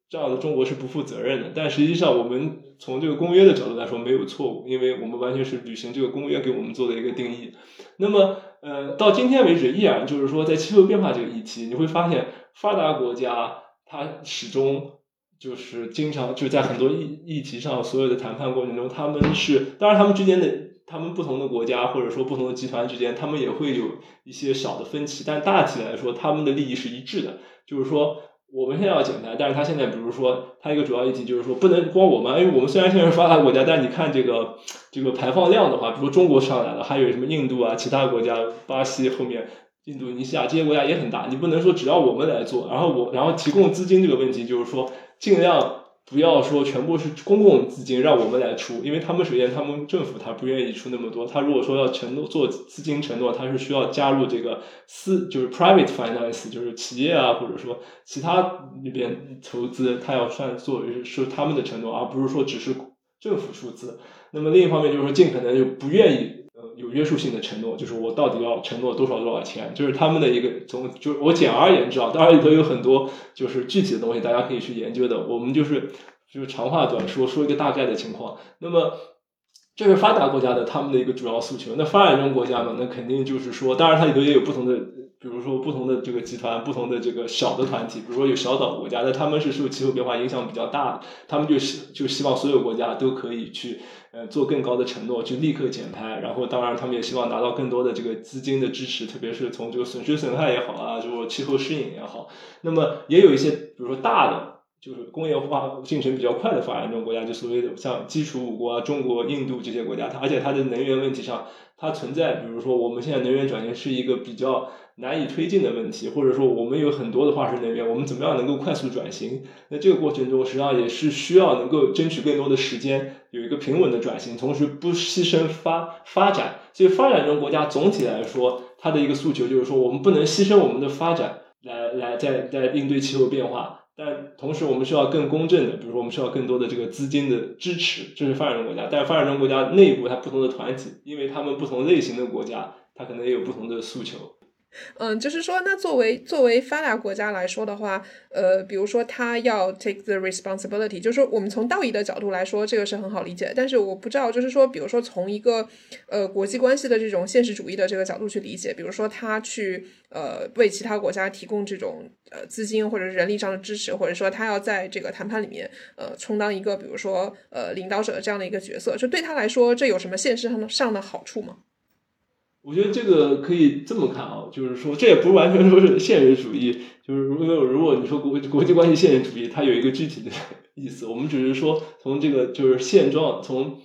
这样的中国是不负责任的。但实际上我们从这个公约的角度来说没有错误，因为我们完全是履行这个公约给我们做的一个定义。那么到今天为止，依然就是说在气候变化这个议题，你会发现发达国家它始终就是经常就在很多议题上，所有的谈判过程中，他们是当然他们之间的他们不同的国家或者说不同的集团之间，他们也会有一些小的分歧，但大体来说他们的利益是一致的。就是说我们现在要减排，但是他现在比如说他一个主要议题就是说不能光我们，因为我们虽然现在是发达国家，但你看这个排放量的话，比如说中国上来了，还有什么印度啊，其他国家巴西后面印度尼西亚这些国家也很大，你不能说只要我们来做，然后提供资金这个问题就是说尽量不要说全部是公共资金让我们来出，因为他们首先他们政府他不愿意出那么多，他如果说要承诺做资金承诺，他是需要加入这个就是 private finance， 就是企业啊或者说其他那边投资，他要算作为是他们的承诺，而不是说只是政府出资。那么另一方面就是说尽可能就不愿意有约束性的承诺，就是我到底要承诺多少钱，就是他们的一个就是我简而言之啊，当然里头有很多就是具体的东西大家可以去研究的，我们就是长话短说一个大概的情况。那么这是发达国家的他们的一个主要诉求。那发展中国家呢，那肯定就是说当然它里头也有不同的，比如说不同的这个集团，不同的这个小的团体，比如说有小岛国家，那他们是受气候变化影响比较大的，他们就希望所有国家都可以去做更高的承诺，去立刻减排，然后当然他们也希望拿到更多的这个资金的支持，特别是从这个损失损害也好啊，就是气候适应也好。那么也有一些比如说大的就是工业化进程比较快的发展中国家，就所谓的像基础5国啊，中国、印度这些国家，而且它的能源问题上它存在，比如说我们现在能源转型是一个比较难以推进的问题，或者说我们有很多的化石能源，我们怎么样能够快速转型，那这个过程中实际上也是需要能够争取更多的时间，有一个平稳的转型，同时不牺牲发展。所以发展中国家总体来说它的一个诉求就是说我们不能牺牲我们的发展来在应对气候变化，但同时我们需要更公正的，比如说我们需要更多的这个资金的支持，这是发展中国家。但是发展中国家内部它不同的团体，因为他们不同类型的国家，它可能也有不同的诉求。 就是说那作为发达国家来说的话，比如说他要 take the responsibility， 就是说我们从道义的角度来说这个是很好理解，但是我不知道就是说比如说从一个国际关系的这种现实主义的这个角度去理解，比如说他去为其他国家提供这种资金或者是人力上的支持，或者说他要在这个谈判里面充当一个比如说领导者这样的一个角色，就对他来说这有什么现实上的好处吗？ 我觉得这个可以这么看啊，就是说这也不完全说是现实主义，就是如果你说国际关系现实主义，它有一个具体的意思，我们只是说从这个就是现状，从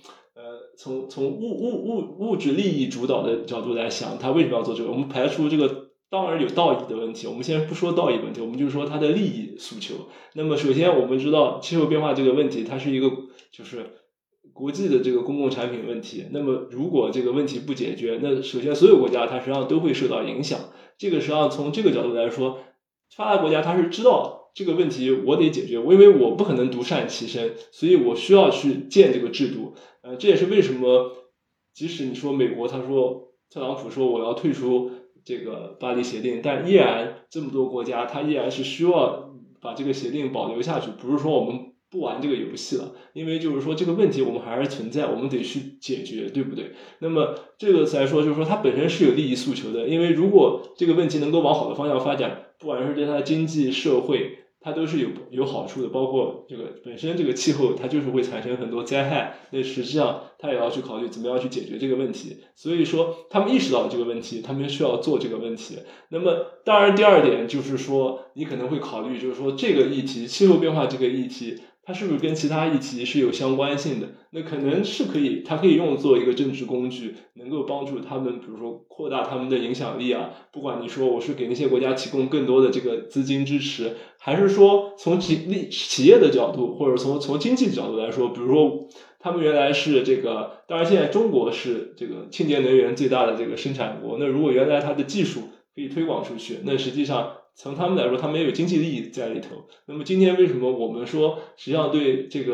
物质利益主导的角度来想，它为什么要做这个？我们排除这个当然有道义的问题，我们先不说道义问题，我们就是说它的利益诉求。那么首先我们知道气候变化这个问题，它是一个就是国际的这个公共产品问题，那么如果这个问题不解决，那首先所有国家它实际上都会受到影响。这个实际上从这个角度来说，发达国家它是知道这个问题我得解决，因为我不可能独善其身，所以我需要去建这个制度。这也是为什么即使你说美国他说特朗普说我要退出这个巴黎协定，但依然这么多国家它依然是需要把这个协定保留下去，不是说我们不玩这个游戏了，因为就是说这个问题我们还是存在，我们得去解决，对不对？那么这个来说就是说它本身是有利益诉求的，因为如果这个问题能够往好的方向发展，不管是对它的经济社会它都是有好处的，包括这个本身这个气候它就是会产生很多灾害，那实际上它也要去考虑怎么样去解决这个问题。所以说他们意识到这个问题，他们需要做这个问题。那么当然第二点就是说你可能会考虑就是说这个议题气候变化这个议题它是不是跟其他议题是有相关性的，那可能是可以，它可以用作一个政治工具，能够帮助他们比如说扩大他们的影响力啊，不管你说我是给那些国家提供更多的这个资金支持，还是说从企业的角度或者从经济的角度来说，比如说他们原来是这个，当然现在中国是这个清洁能源最大的这个生产国，那如果原来它的技术可以推广出去，那实际上从他们来说他们也有经济利益在里头。那么今天为什么我们说实际上对这个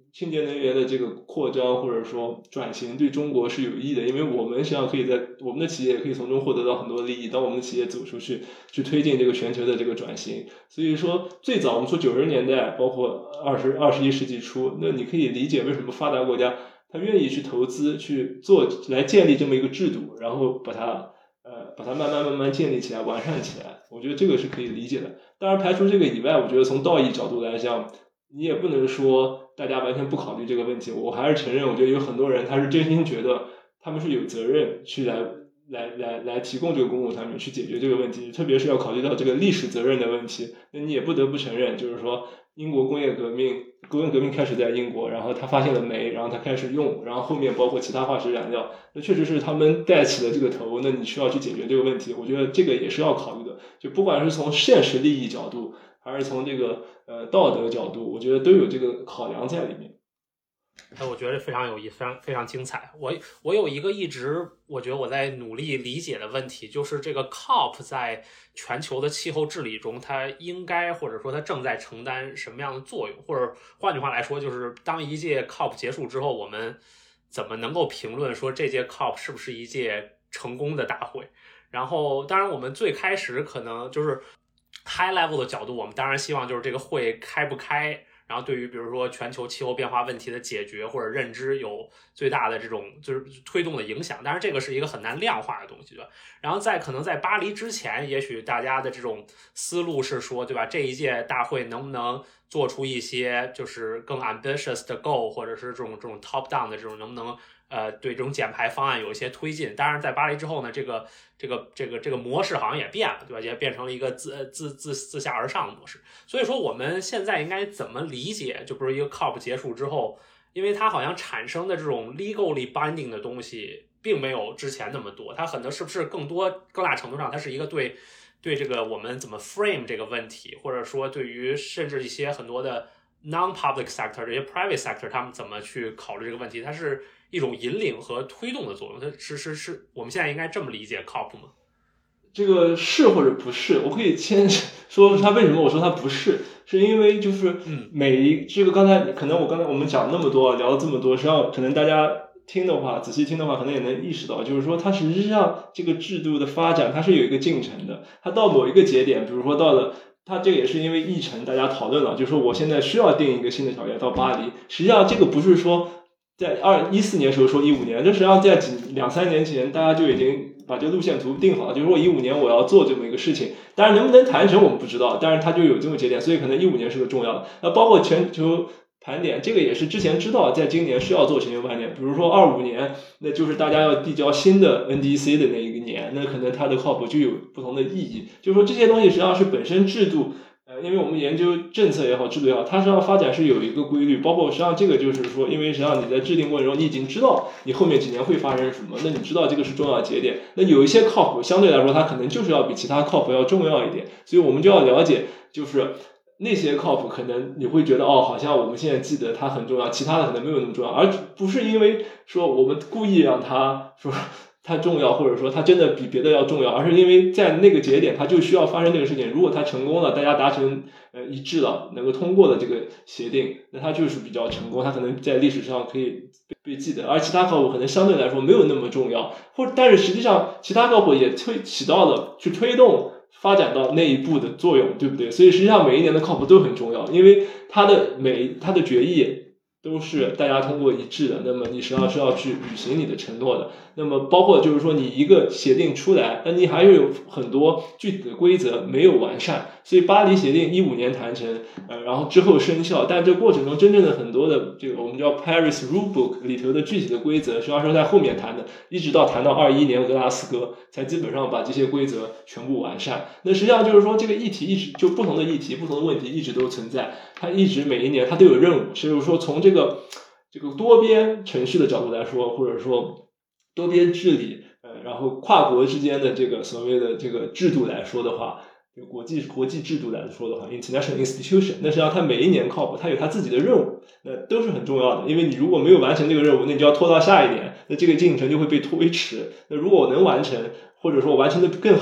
清洁能源的这个扩张或者说转型对中国是有益的，因为我们实际上可以在我们的企业也可以从中获得到很多利益。当我们的企业走出去推进这个全球的这个转型，所以说最早我们说90年代，包括21世纪初，那你可以理解为什么发达国家他愿意去投资去做来建立这么一个制度，然后把它慢慢建立起来，完善起来。我觉得这个是可以理解的。当然排除这个以外，我觉得从道义角度来讲，你也不能说大家完全不考虑这个问题。我还是承认，我觉得有很多人他是真心觉得他们是有责任去来提供这个公共产品去解决这个问题，特别是要考虑到这个历史责任的问题。那你也不得不承认，就是说英国工业革命开始在英国，然后他发现了煤，然后他开始用，然后后面包括其他化石燃料，那确实是他们带起了这个头。那你需要去解决这个问题，我觉得这个也是要考虑的。就不管是从现实利益角度，还是从这个道德角度，我觉得都有这个考量在里面。 我觉得非常有意思，非常精彩。我有一个一直我觉得我在努力理解的问题，就是这个 COP 在全球的气候治理中，它应该或者说它正在承担什么样的作用？或者换句话来说，就是当一届 COP 结束之后，我们怎么能够评论说这届 COP 是不是一届成功的大会？然后当然我们最开始可能就是 high level 的角度，我们当然希望就是这个会开不开，然后对于比如说全球气候变化问题的解决或者认知有最大的这种就是推动的影响，当然这个是一个很难量化的东西，对吧？然后可能在巴黎之前，也许大家的这种思路是说，对吧？这一届大会能不能做出一些就是更 ambitious 的 goal， 或者是这种 top down 的这种能不能对这种减排方案有一些推进？当然在巴黎之后呢，这个模式好像也变了，对吧？也变成了一个自下而上的模式。所以说我们现在应该怎么理解，就比如一个 COP 结束之后，因为它好像产生的这种 legally binding 的东西并没有之前那么多，它很多是不是更大程度上它是一个对这个我们怎么 frame 这个问题，或者说对于甚至一些很多的 non-public sector 这些 private sector 他们怎么去考虑这个问题，它是一种引领和推动的作用。它是我们现在应该这么理解 COP 吗？ 这个是或者不是，我可以先说它为什么我说它不是，是因为就是这个刚才我们讲那么多，聊了这么多，实际上可能大家仔细听的话，可能也能意识到，就是说它实际上这个制度的发展它是有一个进程的，它到某一个节点，比如说到了。它这个也是因为议程大家讨论了，就是说我现在需要定一个新的条约到巴黎。实际上这个不是说在2014年时候说15年，这实际上在2-3年前大家就已经把这个路线图定好了，就是说15年我要做这么一个事情。当然能不能谈成我们不知道，但是它就有这么节点，所以可能15年是个重要的。那包括全球盘点，这个也是之前知道在今年是要做全球盘点，比如说25年，那就是大家要递交新的 NDC 的那一个年，那可能它的 COP 就有不同的意义。就是说这些东西实际上是本身制度，因为我们研究政策也好，制度也好，它实际上发展是有一个规律，包括实际上这个就是说，因为实际上你在制定过程中，你已经知道你后面几年会发生什么，那你知道这个是重要节点。那有一些 COP 相对来说，它可能就是要比其他 COP 要重要一点，所以我们就要了解，就是那些 COP 可能你会觉得好像我们现在记得它很重要，其他的可能没有那么重要，而不是因为说我们故意让它说它重要，或者说它真的比别的要重要，而是因为在那个节点它就需要发生这个事情。如果它成功了，大家达成一致了，能够通过的这个协定，那它就是比较成功，它可能在历史上可以被记得。而其他 COP 可能相对来说没有那么重要，但是实际上其他 COP 也起到了去推动发展到那一步的作用，对不对？所以实际上每一年的 COP 都很重要，因为它的决议都是大家通过一致的，那么你实际上是要去履行你的承诺的。那么包括就是说你一个协定出来，那你还是有很多具体的规则没有完善，所以巴黎协定15年谈成，然后之后生效，但这过程中真正的很多的这个我们叫 Paris Rulebook 里头的具体的规则，实际上是在后面谈的，一直到谈到21年格拉斯哥才基本上把这些规则全部完善。那实际上就是说这个议题一直就不同的议题、不同的问题一直都存在，它一直每一年它都有任务。所以说从这个多边程序的角度来说，或者说多边治理，然后跨国之间的这个所谓的这个制度来说的话，国际制度来说的话 ，international institution， 那实际上它每一年 COP 它有它自己的任务，那都是很重要的。因为你如果没有完成这个任务，那你就要拖到下一年，那这个进程就会被推迟。那如果我能完成，或者说完成的更好，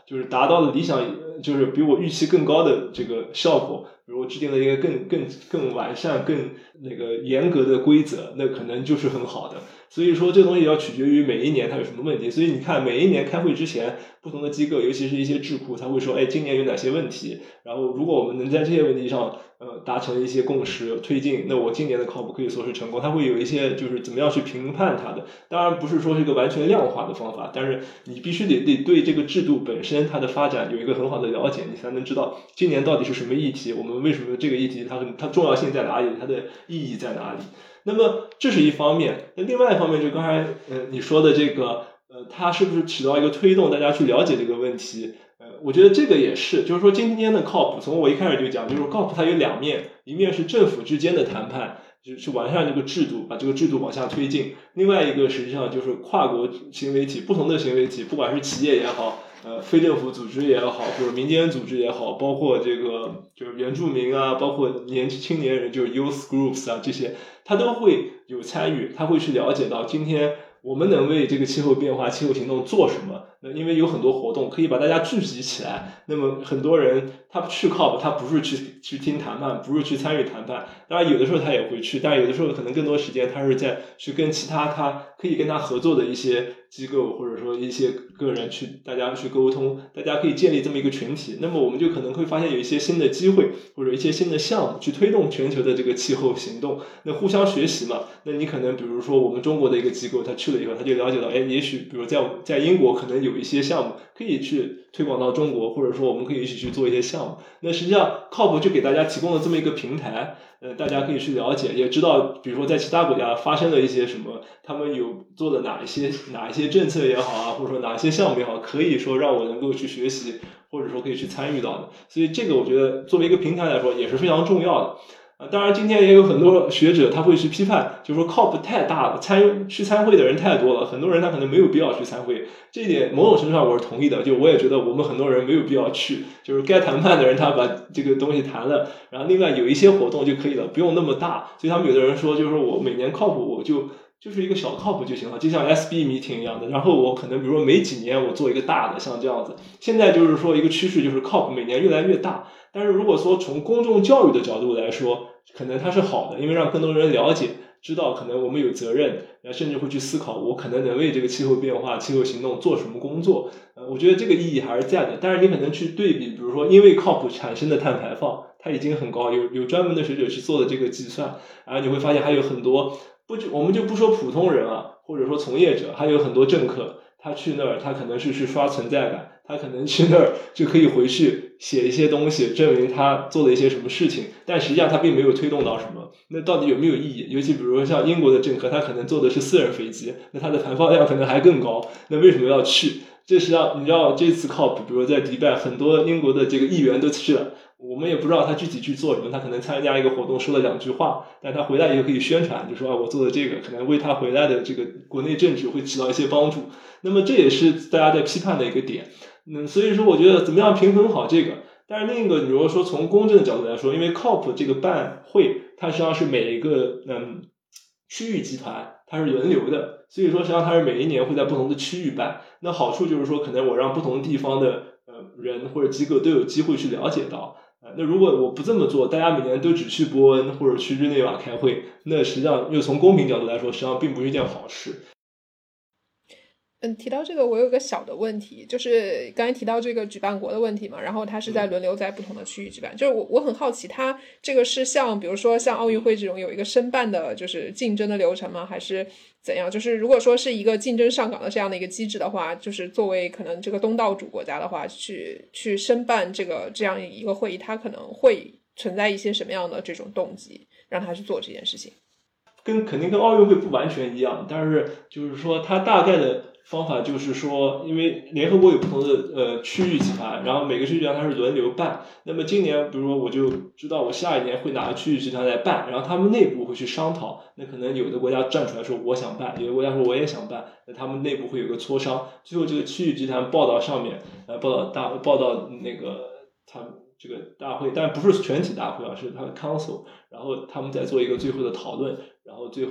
就是达到了理想，就是比我预期更高的这个效果，比如我制定了一个更完善、更那个严格的规则，那可能就是很好的。所以说这东西要取决于每一年它有什么问题。所以你看每一年开会之前，不同的机构，尤其是一些智库，他会说，哎，今年有哪些问题，然后如果我们能在这些问题上达成一些共识推进，那我今年的靠谱可以说是成功。它会有一些就是怎么样去评判它的，当然不是说是一个完全量化的方法，但是你必须得对这个制度本身它的发展有一个很好的了解，你才能知道今年到底是什么议题，我们为什么这个议题它重要性在哪里，它的意义在哪里。那么这是一方面，那另外一方面就刚才你说的这个它是不是起到一个推动大家去了解这个问题？我觉得这个也是，就是说今天的 COP 从我一开始就讲，就是 COP 它有两面，一面是政府之间的谈判，去完善这个制度，把这个制度往下推进；另外一个实际上就是跨国行为体，不同的行为体，不管是企业也好，非政府组织也好，或者民间组织也好，包括这个就是原住民啊，包括青年人，就是 youth groups 啊，这些他都会有参与，他会去了解到今天我们能为这个气候变化、气候行动做什么。那因为有很多活动可以把大家聚集起来，那么很多人他去 COP， 他不是去听谈判，不是去参与谈判，当然有的时候他也会去，但是有的时候可能更多时间他是在去跟其他他可以跟他合作的一些机构或者说一些个人去大家去沟通，大家可以建立这么一个群体，那么我们就可能会发现有一些新的机会或者一些新的项目去推动全球的这个气候行动，那互相学习嘛。那你可能比如说我们中国的一个机构他去了以后，他就了解到，哎，也许比如在英国可能有一些项目可以去推广到中国，或者说我们可以一起去做一些项目。那实际上 COP 就给大家提供了这么一个平台，大家可以去了解，也知道比如说在其他国家发生了一些什么，他们有做的哪一些政策也好啊，或者说哪些项目也好，可以说让我能够去学习，或者说可以去参与到的。所以这个我觉得作为一个平台来说也是非常重要的。当然今天也有很多学者他会去批判，就是说 COP 太大了，去参会的人太多了，很多人他可能没有必要去参会，这一点某种程度上我是同意的，就我也觉得我们很多人没有必要去，就是该谈判的人他把这个东西谈了，然后另外有一些活动就可以了，不用那么大。所以他们有的人说，就是说我每年 COP 我就是一个小 COP 就行了，就像 SB meeting 一样的，然后我可能比如说每几年我做一个大的，像这样子。现在就是说一个趋势就是 COP 每年越来越大，但是如果说从公众教育的角度来说，可能它是好的，因为让更多人了解知道可能我们有责任，甚至会去思考我可能能为这个气候变化、气候行动做什么工作。我觉得这个意义还是在的。但是你可能去对比，比如说因为 COP 产生的碳排放它已经很高，有专门的学者去做的这个计算，然后你会发现还有很多我们就不说普通人啊，或者说从业者，还有很多政客，他去那儿他可能是去刷存在感，他可能去那儿就可以回去写一些东西证明他做了一些什么事情，但实际上他并没有推动到什么。那到底有没有意义？尤其比如说像英国的政客，他可能坐的是私人飞机，那他的排放量可能还更高，那为什么要去？这实际上你知道这次 COP 比如说在迪拜，很多英国的这个议员都去了，我们也不知道他具体去做什么，他可能参加一个活动说了2句话，但他回来以后可以宣传，就说我做的这个可能为他回来的这个国内政治会起到一些帮助。那么这也是大家在批判的一个点。所以说我觉得怎么样平衡好这个。但是另一个你如果说从公正的角度来说，因为 COP 这个办会它实际上是每一个区域集团它是轮流的，所以说实际上它是每一年会在不同的区域办。那好处就是说可能我让不同地方的人或者机构都有机会去了解到。那如果我不这么做，大家每年都只去波恩或者去日内瓦开会，那实际上又从公平角度来说，实际上并不是一件好事。 提到这个我有一个小的问题，就是刚才提到这个举办国的问题嘛，然后它是在轮流在不同的区域举办，就是我很好奇，它这个是像比如说像奥运会这种有一个申办的就是竞争的流程吗？还是怎样？就是如果说是一个竞争上岗的这样的一个机制的话，就是作为可能这个东道主国家的话，去申办这样一个会议，它可能会存在一些什么样的这种动机让他去做这件事情？ 肯定跟奥运会不完全一样，但是就是说它大概的方法就是说，因为联合国有不同的区域集团，然后每个区域集团它是轮流办。那么今年比如说我就知道我下一年会哪个区域集团来办，然后他们内部会去商讨。那可能有的国家站出来说我想办，有的国家说我也想办，那他们内部会有个磋商，最后这个区域集团报到上面，报到那个他们这个大会，但不是全体大会啊，是他的 council， 然后他们再做一个最后的讨论，然后最后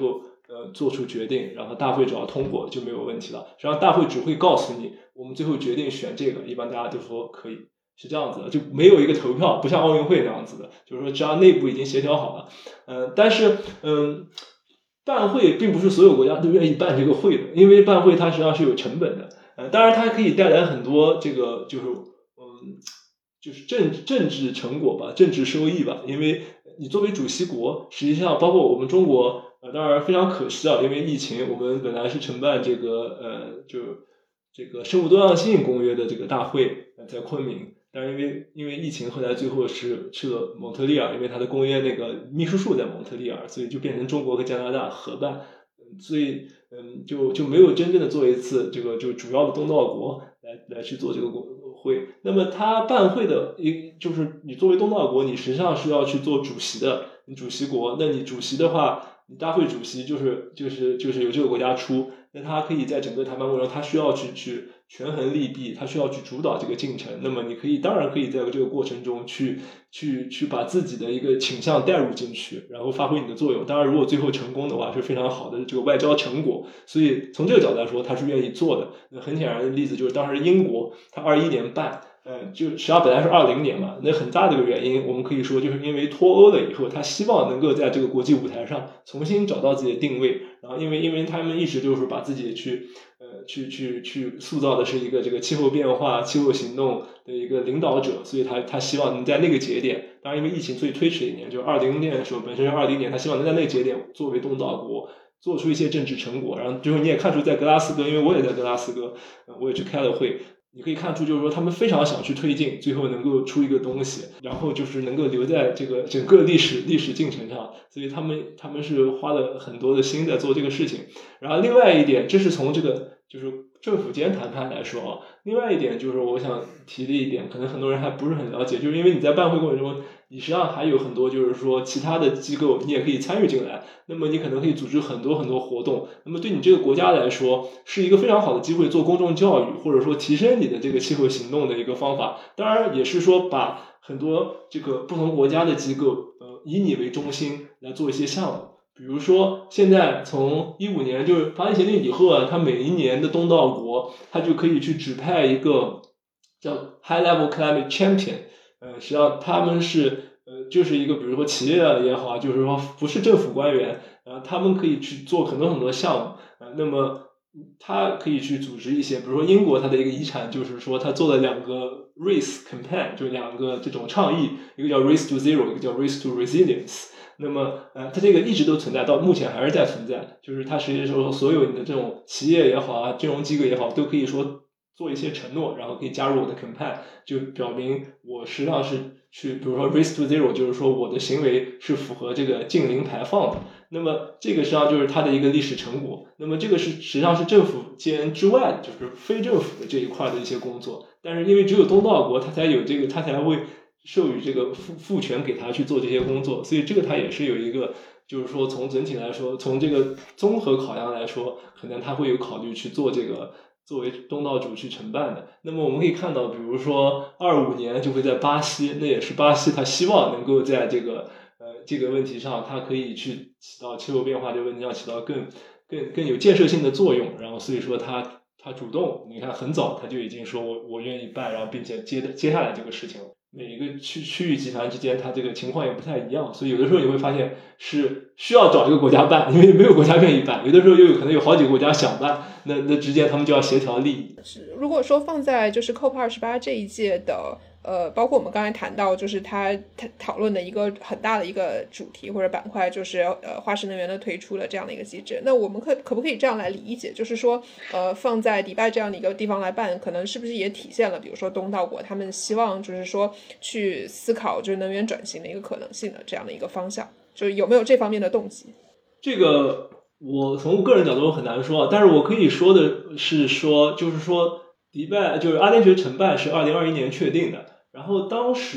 做出决定，然后大会只要通过就没有问题了。实际上大会只会告诉你，我们最后决定选这个，一般大家都说可以，是这样子的，就没有一个投票，不像奥运会那样子的，就是说只要内部已经协调好了。但是办会并不是所有国家都愿意办这个会的，因为办会它实际上是有成本的。当然它可以带来很多这个就是政治成果吧，政治收益吧。因为你作为主席国，实际上包括我们中国，当然非常可惜啊，因为疫情，我们本来是承办这个就这个生物多样性公约的这个大会，在昆明。但是因为疫情，后来最后是去了蒙特利尔，因为它的公约那个秘书处在蒙特利尔，所以就变成中国和加拿大合办，所以就没有真正的做一次这个就主要的东道国来去做这个会。那么他办会的就是你作为东道国，你实际上是要去做主席的，你主席国，那你主席的话，你大会主席就是由这个国家出，那他可以在整个谈判过程中，他需要去权衡利弊，他需要去主导这个进程。那么你当然可以在这个过程中去把自己的一个倾向带入进去，然后发挥你的作用。当然如果最后成功的话，是非常好的这个外交成果，所以从这个角度来说，他是愿意做的。那很显然的例子就是当时英国他21年办，就实际上本来是20年嘛，那很大的一个原因，我们可以说就是因为脱欧了以后，他希望能够在这个国际舞台上重新找到自己的定位。然后因为他们一直就是把自己去塑造的是一个这个气候变化、气候行动的一个领导者，所以他希望能在那个节点，当然因为疫情所以推迟了1年，就20年的时候，本身是20年，他希望能在那个节点作为东道国做出一些政治成果。然后最后你也看出在格拉斯哥，因为我也在格拉斯哥，我也去开了会，你可以看出就是说他们非常想去推进，最后能够出一个东西，然后就是能够留在这个整个历史进程上，所以他们是花了很多的心在做这个事情。然后另外一点，这是从这个就是政府间谈判来说啊，另外一点就是我想提的一点，可能很多人还不是很了解，就是因为你在办会过程中，你实际上还有很多就是说其他的机构你也可以参与进来，那么你可能可以组织很多活动，那么对你这个国家来说是一个非常好的机会，做公众教育或者说提升你的这个气候行动的一个方法。当然也是说把很多这个不同国家的机构以你为中心来做一些项目。比如说现在从15年就是巴黎协定以后啊，他每一年的东道国他就可以去指派一个叫 High Level Climate Champion，实际上他们是就是一个比如说企业也好，就是说不是政府官员，他们可以去做很多项目，那么他可以去组织一些，比如说英国它的一个遗产就是说他做了2个 Race Campaign， 就2个这种倡议，一个叫 Race to Zero， 一个叫 Race to Resilience。那么它这个一直都存在，到目前还是在存在，就是它实际上说所有你的这种企业也好啊，金融机构也好，都可以说做一些承诺，然后可以加入我的 campaign， 就表明我实际上是去，比如说 race to zero， 就是说我的行为是符合这个净零排放的。那么这个实际上就是它的一个历史成果。那么这个是实际上是政府间之外，就是非政府的这一块的一些工作。但是因为只有东道国，它才有这个，它才会授予这个赋权给他去做这些工作，所以这个他也是有一个，就是说从整体来说，从这个综合考量来说，可能他会有考虑去做这个作为东道主去承办的。那么我们可以看到，比如说25年就会在巴西，那也是巴西他希望能够在这个问题上，他可以去起到气候变化这个问题上起到更有建设性的作用。然后所以说他主动，你看很早他就已经说我愿意办，然后并且接下来这个事情了。每一个区域集团之间，它这个情况也不太一样，所以有的时候你会发现是需要找一个国家办，因为没有国家愿意办；有的时候又有可能有好几个国家想办，那之间他们就要协调利益。 如果说放在就是 COP28 这一届的包括我们刚才谈到，就是他讨论的一个很大的一个主题或者板块，就是化石能源的推出的这样的一个机制。那我们可不可以这样来理解，就是说放在迪拜这样的一个地方来办，可能是不是也体现了比如说东道国他们希望就是说去思考就是能源转型的一个可能性的这样的一个方向，就是有没有这方面的动机？ 这个我从个人角度很难说，但是我可以说的是说，就是说迪拜就是阿联酋承办是2021年确定的。然后当时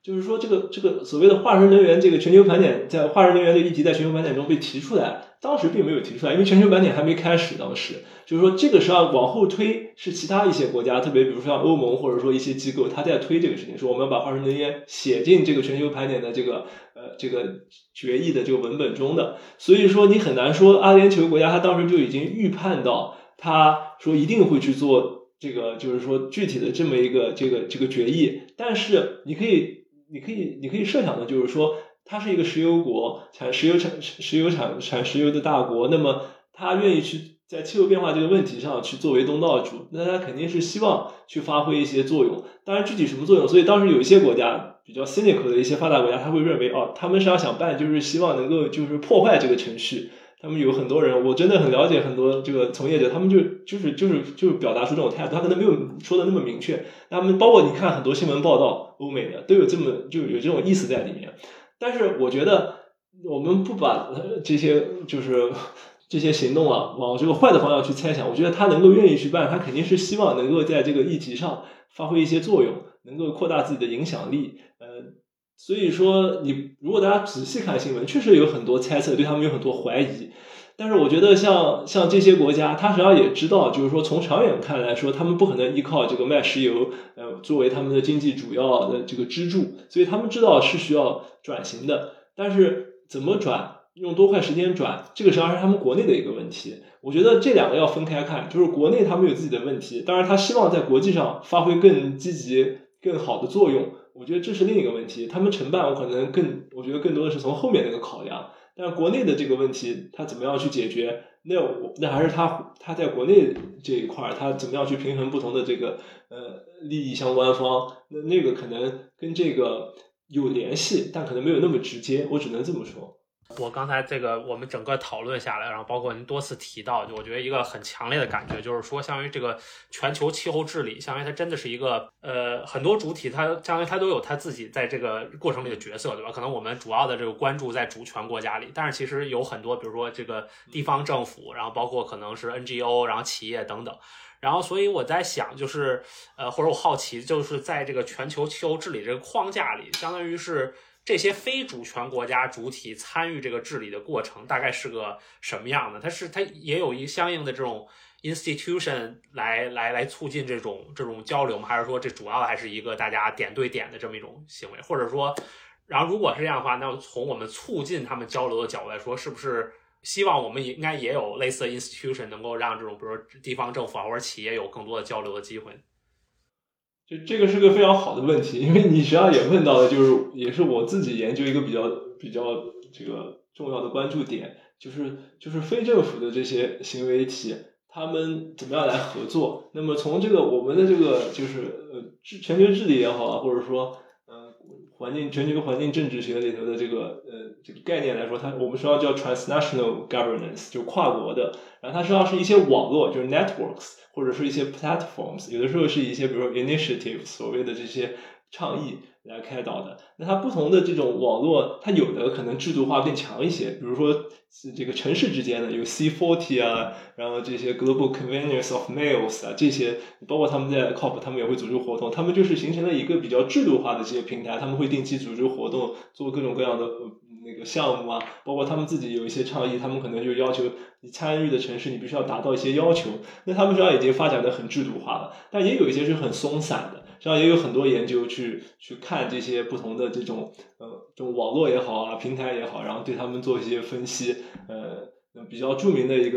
就是说这个所谓的化石能源这个全球盘点，在化石能源的议题在全球盘点中被提出来，当时并没有提出来，因为全球盘点还没开始，当时就是说这个实际上往后推是其他一些国家，特别比如说像欧盟或者说一些机构，他在推这个事情，说我们要把化石能源写进这个全球盘点的这个决议的这个文本中的。所以说你很难说阿联酋国家他当时就已经预判到，他说一定会去做这个，就是说具体的这么一个这个决议。但是你可以设想的就是说，它是一个石油国，产石油的大国，那么他愿意去在气候变化这个问题上去作为东道主，那他肯定是希望去发挥一些作用。当然具体什么作用，所以当时有一些国家比较 cynical 的一些发达国家，他会认为他们是要想办，就是希望能够就是破坏这个程序。他们有很多人，我真的很了解很多这个从业者，他们就是表达出这种态度，他可能没有说的那么明确。他们包括你看很多新闻报道，欧美的都有就有这种意思在里面。但是我觉得我们不把这些行动往这个坏的方向去猜想，我觉得他能够愿意去办，他肯定是希望能够在这个议题上发挥一些作用，能够扩大自己的影响力。所以说如果大家仔细看新闻，确实有很多猜测，对他们有很多怀疑。但是我觉得像这些国家，他实际上也知道，就是说从长远看来说，他们不可能依靠这个卖石油作为他们的经济主要的这个支柱，所以他们知道是需要转型的。但是怎么转，用多快时间转，这个实际上是他们国内的一个问题。我觉得这两个要分开看，就是国内他们有自己的问题，当然他希望在国际上发挥更积极更好的作用，我觉得这是另一个问题。他们承办我觉得更多的是从后面那个考量，但是国内的这个问题他怎么样去解决，那还是他在国内这一块他怎么样去平衡不同的这个利益相关方，那个可能跟这个有联系，但可能没有那么直接，我只能这么说。 我刚才我们整个讨论下来，然后包括您多次提到，就我觉得一个很强烈的感觉就是说，相当于这个全球气候治理，相当于它真的是一个很多主体，它相当于它都有它自己在这个过程里的角色，对吧？可能我们主要的这个关注在主权国家里，但是其实有很多，比如说这个地方政府，然后包括可能是 NGO， 然后企业等等。然后，所以我在想，就是或者我好奇，就是在这个全球气候治理这个框架里，相当于是这些非主权国家主体参与这个治理的过程大概是个什么样的？它也有一相应的这种 institution 来促进这种交流吗？还是说这主要还是一个大家点对点的这么一种行为？或者说，然后如果是这样的话，那从我们促进他们交流的角度来说，是不是希望我们应该也有类似的 institution 能够让这种比如说地方政府或者企业有更多的交流的机会？ 这个是个非常好的问题，因为你实际上也问到的，也是我自己研究一个比较这个重要的关注点，就是非政府的这些行为体，他们怎么样来合作？那么从这个我们的这个就是全球治理也好啊，或者说全球环境政治学里头的这个概念来说，我们说叫 transnational governance， 就跨国的，然后它实际上是一些网络，就是 networks， 或者是一些 platforms， 有的时候是一些比如说 initiatives， 所谓的这些倡议来开导的。那它不同的这种网络，它有的可能制度化更强一些，比如说这个城市之间的有 C40 啊，然后这些 Global Convention of Mayors 啊，这些包括他们在 COP 他们也会组织活动，他们就是形成了一个比较制度化的这些平台，他们会定期组织活动，做各种各样的那个项目啊，包括他们自己有一些倡议，他们可能就要求你参与的城市你必须要达到一些要求，那他们实际上已经发展的很制度化了，但也有一些是很松散的。实际上也有很多研究去看这些不同的这种网络也好啊，平台也好，然后对他们做一些分析。比较著名的一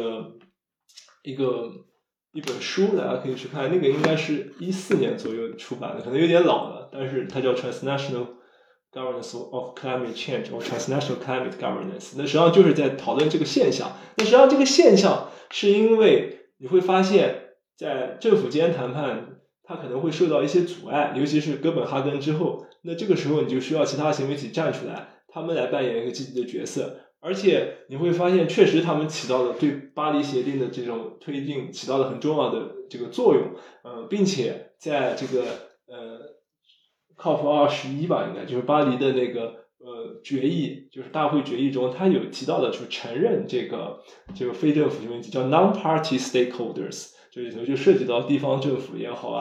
本书，大家可以去看，那个应该是14年左右出版的，可能有点老了，但是它叫 Transnational Governance of Climate Change 或 Transnational Climate Governance。那实际上就是在讨论这个现象。那实际上这个现象是因为你会发现，在政府间谈判，它可能会受到一些阻碍，尤其是哥本哈根之后，那这个时候你就需要其他行为体站出来，他们来扮演一个积极的角色。而且你会发现，确实他们起到了对巴黎协定的这种推进起到了很重要的这个作用，并且在这个COP21吧，应该就是巴黎的那个决议，就是大会决议中，他有提到的，就承认这个非政府行为体叫 non-party stakeholders， 这里头就涉及到地方政府也好啊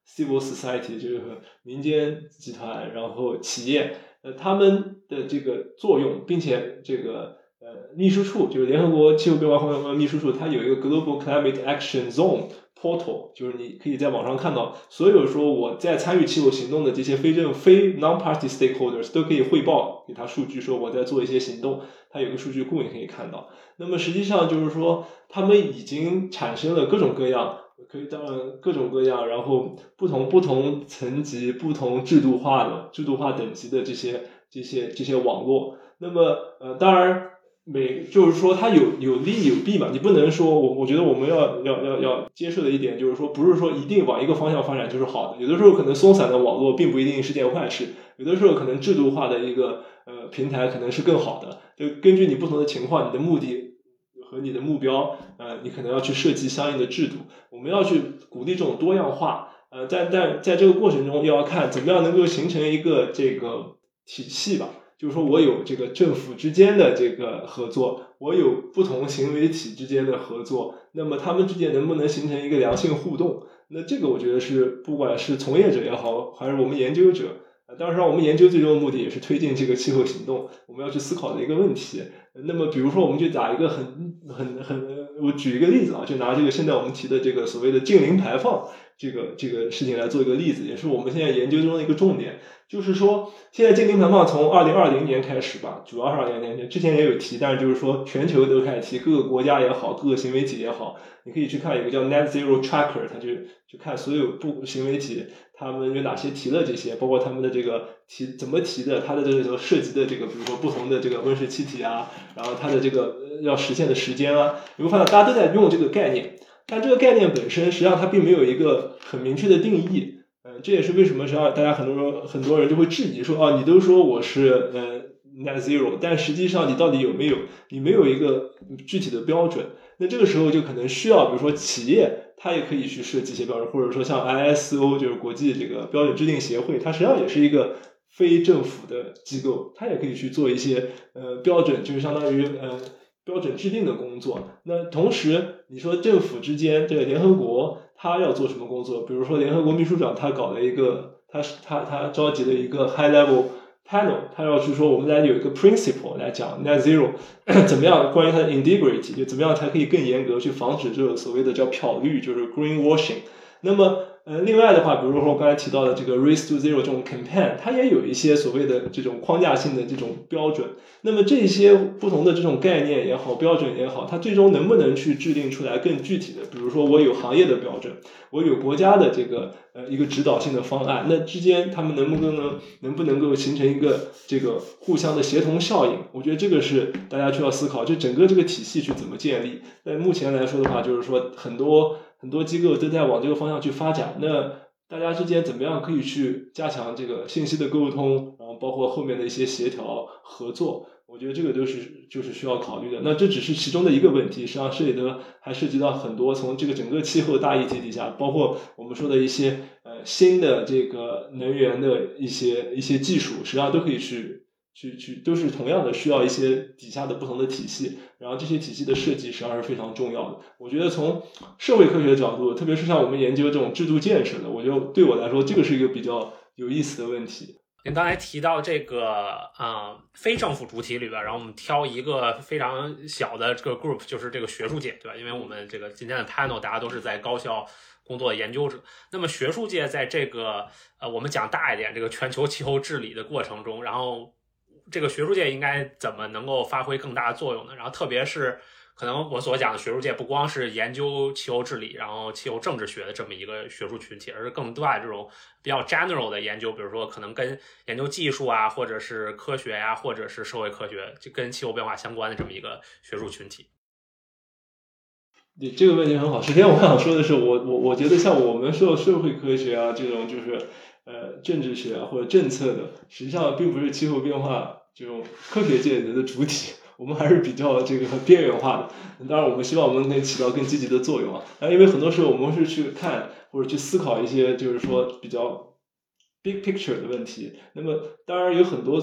civil society 就是民间集团，然后企业，他们的这个作用，并且这个秘书处就是联合国气候变化会秘书处，它有一个 Global Climate Action Zone portal， 就是你可以在网上看到所有说我在参与气候行动的这些非 non-party stakeholders 都可以汇报给他数据，说我在做一些行动，它有个数据库你可以看到。那么实际上就是说，他们已经产生了各种各样，然后不同层级、不同制度化等级的这些网络。那么当然。就是说它有利有弊嘛，你不能说我觉得我们要接受的一点就是说，不是说一定往一个方向发展就是好的，有的时候可能松散的网络并不一定是件坏事，有的时候可能制度化的一个平台可能是更好的，就根据你不同的情况，你的目的和你的目标，你可能要去设计相应的制度，我们要去鼓励这种多样化，但在这个过程中要看怎么样能够形成一个这个体系吧。就是说我有这个政府之间的这个合作，我有不同行为体之间的合作，那么他们之间能不能形成一个良性互动？那这个我觉得是不管是从业者也好，还是我们研究者，当然我们研究最终的目的也是推进这个气候行动，我们要去思考的一个问题。那么比如说我们就打一个我举一个例子啊，就拿这个现在我们提的这个所谓的净零排放这个事情来做一个例子，也是我们现在研究中的一个重点。就是说现在净零排放从2020年开始吧，主要是2020年，之前也有提，但是就是说全球都开始提，各个国家也好，各个行为体也好，你可以去看有个叫 Net Zero Tracker， 它就看所有行为体他们有哪些提了这些，包括他们的这个怎么提的，它的这个涉及的这个比如说不同的这个温室气体啊，然后它的这个要实现的时间啊，你会发现大家都在用这个概念，但这个概念本身实际上它并没有一个很明确的定义。这也是为什么实际上大家很多人就会质疑说，你都说我是net zero， 但实际上你到底有没有？你没有一个具体的标准。那这个时候就可能需要，比如说企业它也可以去设计一些标准，或者说像 ISO 就是国际这个标准制定协会，它实际上也是一个非政府的机构，它也可以去做一些标准，就是相当于标准制定的工作。那同时你说政府之间，这个联合国他要做什么工作？比如说联合国秘书长他搞了一个，他召集了一个 high level panel， 他要去说我们来有一个 principle 来讲 net zero 怎么样，关于它的 integrity， 就怎么样才可以更严格去防止这个所谓的叫漂绿，就是 greenwashing。那么另外的话，比如说我刚才提到的这个 Race to Zero 这种 campaign， 它也有一些所谓的这种框架性的这种标准。那么这些不同的这种概念也好，标准也好，它最终能不能去制定出来更具体的？比如说我有行业的标准，我有国家的这个一个指导性的方案，那之间他们能不能够形成一个这个互相的协同效应？我觉得这个是大家需要思考，就整个这个体系去怎么建立。在目前来说的话，就是说很多机构都在往这个方向去发展，那大家之间怎么样可以去加强这个信息的沟通，然后包括后面的一些协调合作，我觉得这个就是需要考虑的。那这只是其中的一个问题，实际上还涉及到很多，从这个整个气候大议题底下，包括我们说的一些新的这个能源的一些技术，实际上都可以去都是同样的需要一些底下的不同的体系，然后这些体系的设计实际上是非常重要的。我觉得从社会科学的角度，特别是像我们研究这种制度建设的，我觉得对我来说这个是一个比较有意思的问题。 您刚才提到这个非政府主体里边，然后我们挑一个非常小的这个 group， 就是这个学术界，对吧？因为我们这个今天的 panel 大家都是在高校工作的研究者，那么学术界在这个我们讲大一点，这个全球气候治理的过程中，然后这个学术界应该怎么能够发挥更大的作用呢？然后特别是可能我所讲的学术界不光是研究气候治理，然后气候政治学的这么一个学术群体，而是更多这种比较 general 的研究，比如说可能跟研究技术啊，或者是科学呀，或者是社会科学，就跟气候变化相关的这么一个学术群体。 你这个问题很好。首先我想说的是，我觉得像我们说社会科学啊，这种就是政治学啊或者政策的，实际上并不是气候变化这种科学界的主体，我们还是比较这个边缘化的。当然我们希望我们可以起到更积极的作用啊。因为很多时候我们是去看或者去思考一些就是说比较 big picture 的问题，那么当然有很多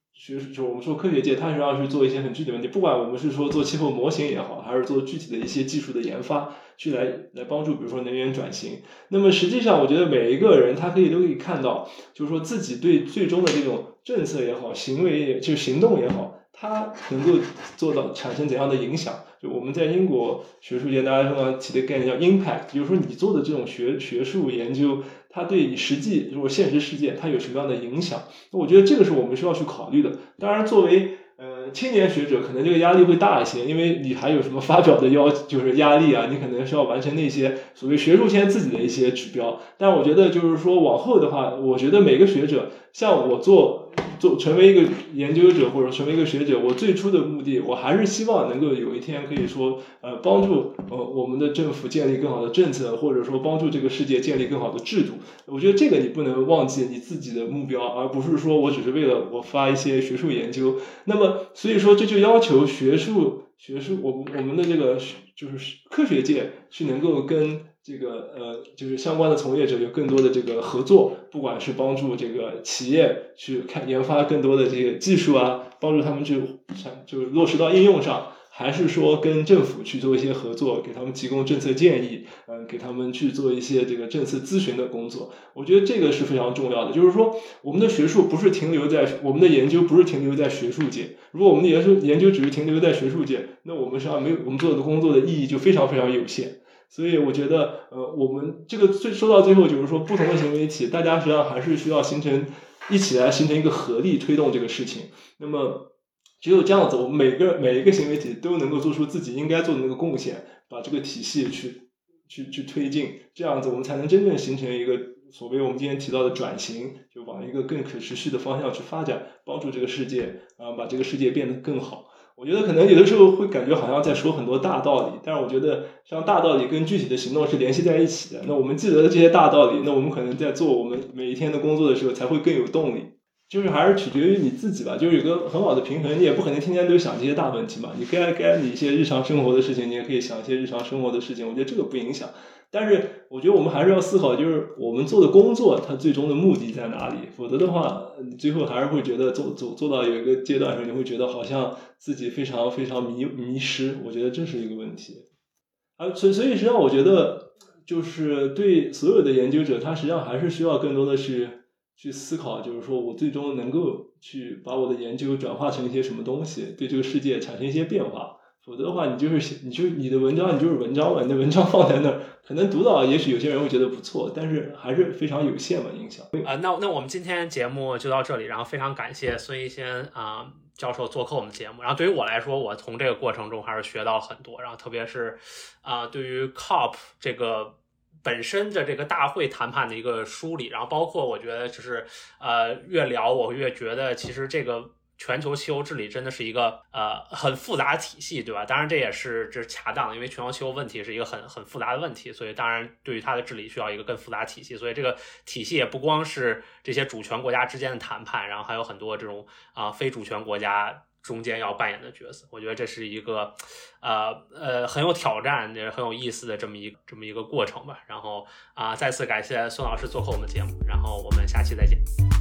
就我们说科学界，它实际上是做一些很具体的问题，不管我们是说做气候模型也好，还是做具体的一些技术的研发，去来帮助比如说能源转型。那么实际上我觉得每一个人他都可以看到，就是说自己对最终的这种政策也好，行动也好，它能够产生怎样的影响。就我们在英国学术界大家经常提的概念叫 impact， 就是说你做的这种学术研究，它对实际如果现实世界它有什么样的影响，我觉得这个是我们需要去考虑的。当然作为青年学者可能这个压力会大一些，因为你还有什么发表的就是压力啊，你可能是要完成那些所谓学术圈自己的一些指标。但我觉得就是说往后的话，我觉得每个学者，像我成为一个研究者或者成为一个学者，我最初的目的，我还是希望能够有一天可以说帮助我们的政府建立更好的政策，或者说帮助这个世界建立更好的制度。我觉得这个你不能忘记你自己的目标，而不是说我只是为了我发一些学术研究。那么所以说这就要求学术我们的这个就是科学界去能够跟这个就是相关的从业者有更多的这个合作，不管是帮助这个企业去研发更多的这个技术啊，帮助他们就落实到应用上，还是说跟政府去做一些合作，给他们提供政策建议，给他们去做一些这个政策咨询的工作。我觉得这个是非常重要的，就是说我们的学术不是停留在我们的研究不是停留在学术界，如果我们的研究只是停留在学术界，那我们实际上我们做的工作的意义就非常非常有限。所以我觉得我们这个说到最后就是说不同的行为体大家实际上还是需要一起来形成一个合力推动这个事情。那么只有这样子，我们每一个行为体都能够做出自己应该做的那个贡献，把这个体系去推进，这样子我们才能真正形成一个所谓我们今天提到的转型，就往一个更可持续的方向去发展，帮助这个世界把这个世界变得更好。我觉得可能有的时候会感觉好像在说很多大道理，但是我觉得像大道理跟具体的行动是联系在一起的。那我们记得这些大道理，那我们可能在做我们每一天的工作的时候才会更有动力。就是还是取决于你自己吧，就是有个很好的平衡，你也不可能天天都想这些大问题嘛。你该你一些日常生活的事情，你也可以想一些日常生活的事情，我觉得这个不影响。但是我觉得我们还是要思考，就是我们做的工作它最终的目的在哪里，否则的话你最后还是会觉得做到有一个阶段的时候，你会觉得好像自己非常非常迷失，我觉得这是一个问题。所以实际上我觉得就是对所有的研究者，他实际上还是需要更多的去思考，就是说我最终能够去把我的研究转化成一些什么东西，对这个世界产生一些变化。否则的话，你的文章你就是文章嘛，你的文章放在那儿，可能读到也许有些人会觉得不错，但是还是非常有限嘛影响。 那我们今天节目就到这里，然后非常感谢孙一仙教授做客我们节目。然后对于我来说，我从这个过程中还是学到很多，然后特别是对于 COP 这个本身的这个大会谈判的一个梳理，然后包括我觉得就是越聊我越觉得其实这个全球气候治理真的是一个很复杂的体系，对吧？当然这是恰当的，因为全球气候问题是一个很复杂的问题，所以当然对于它的治理需要一个更复杂的体系。所以这个体系也不光是这些主权国家之间的谈判，然后还有很多这种非主权国家中间要扮演的角色。我觉得这是一个很有挑战也很有意思的这么一个过程吧。然后再次感谢孙老师做客我们的节目，然后我们下期再见。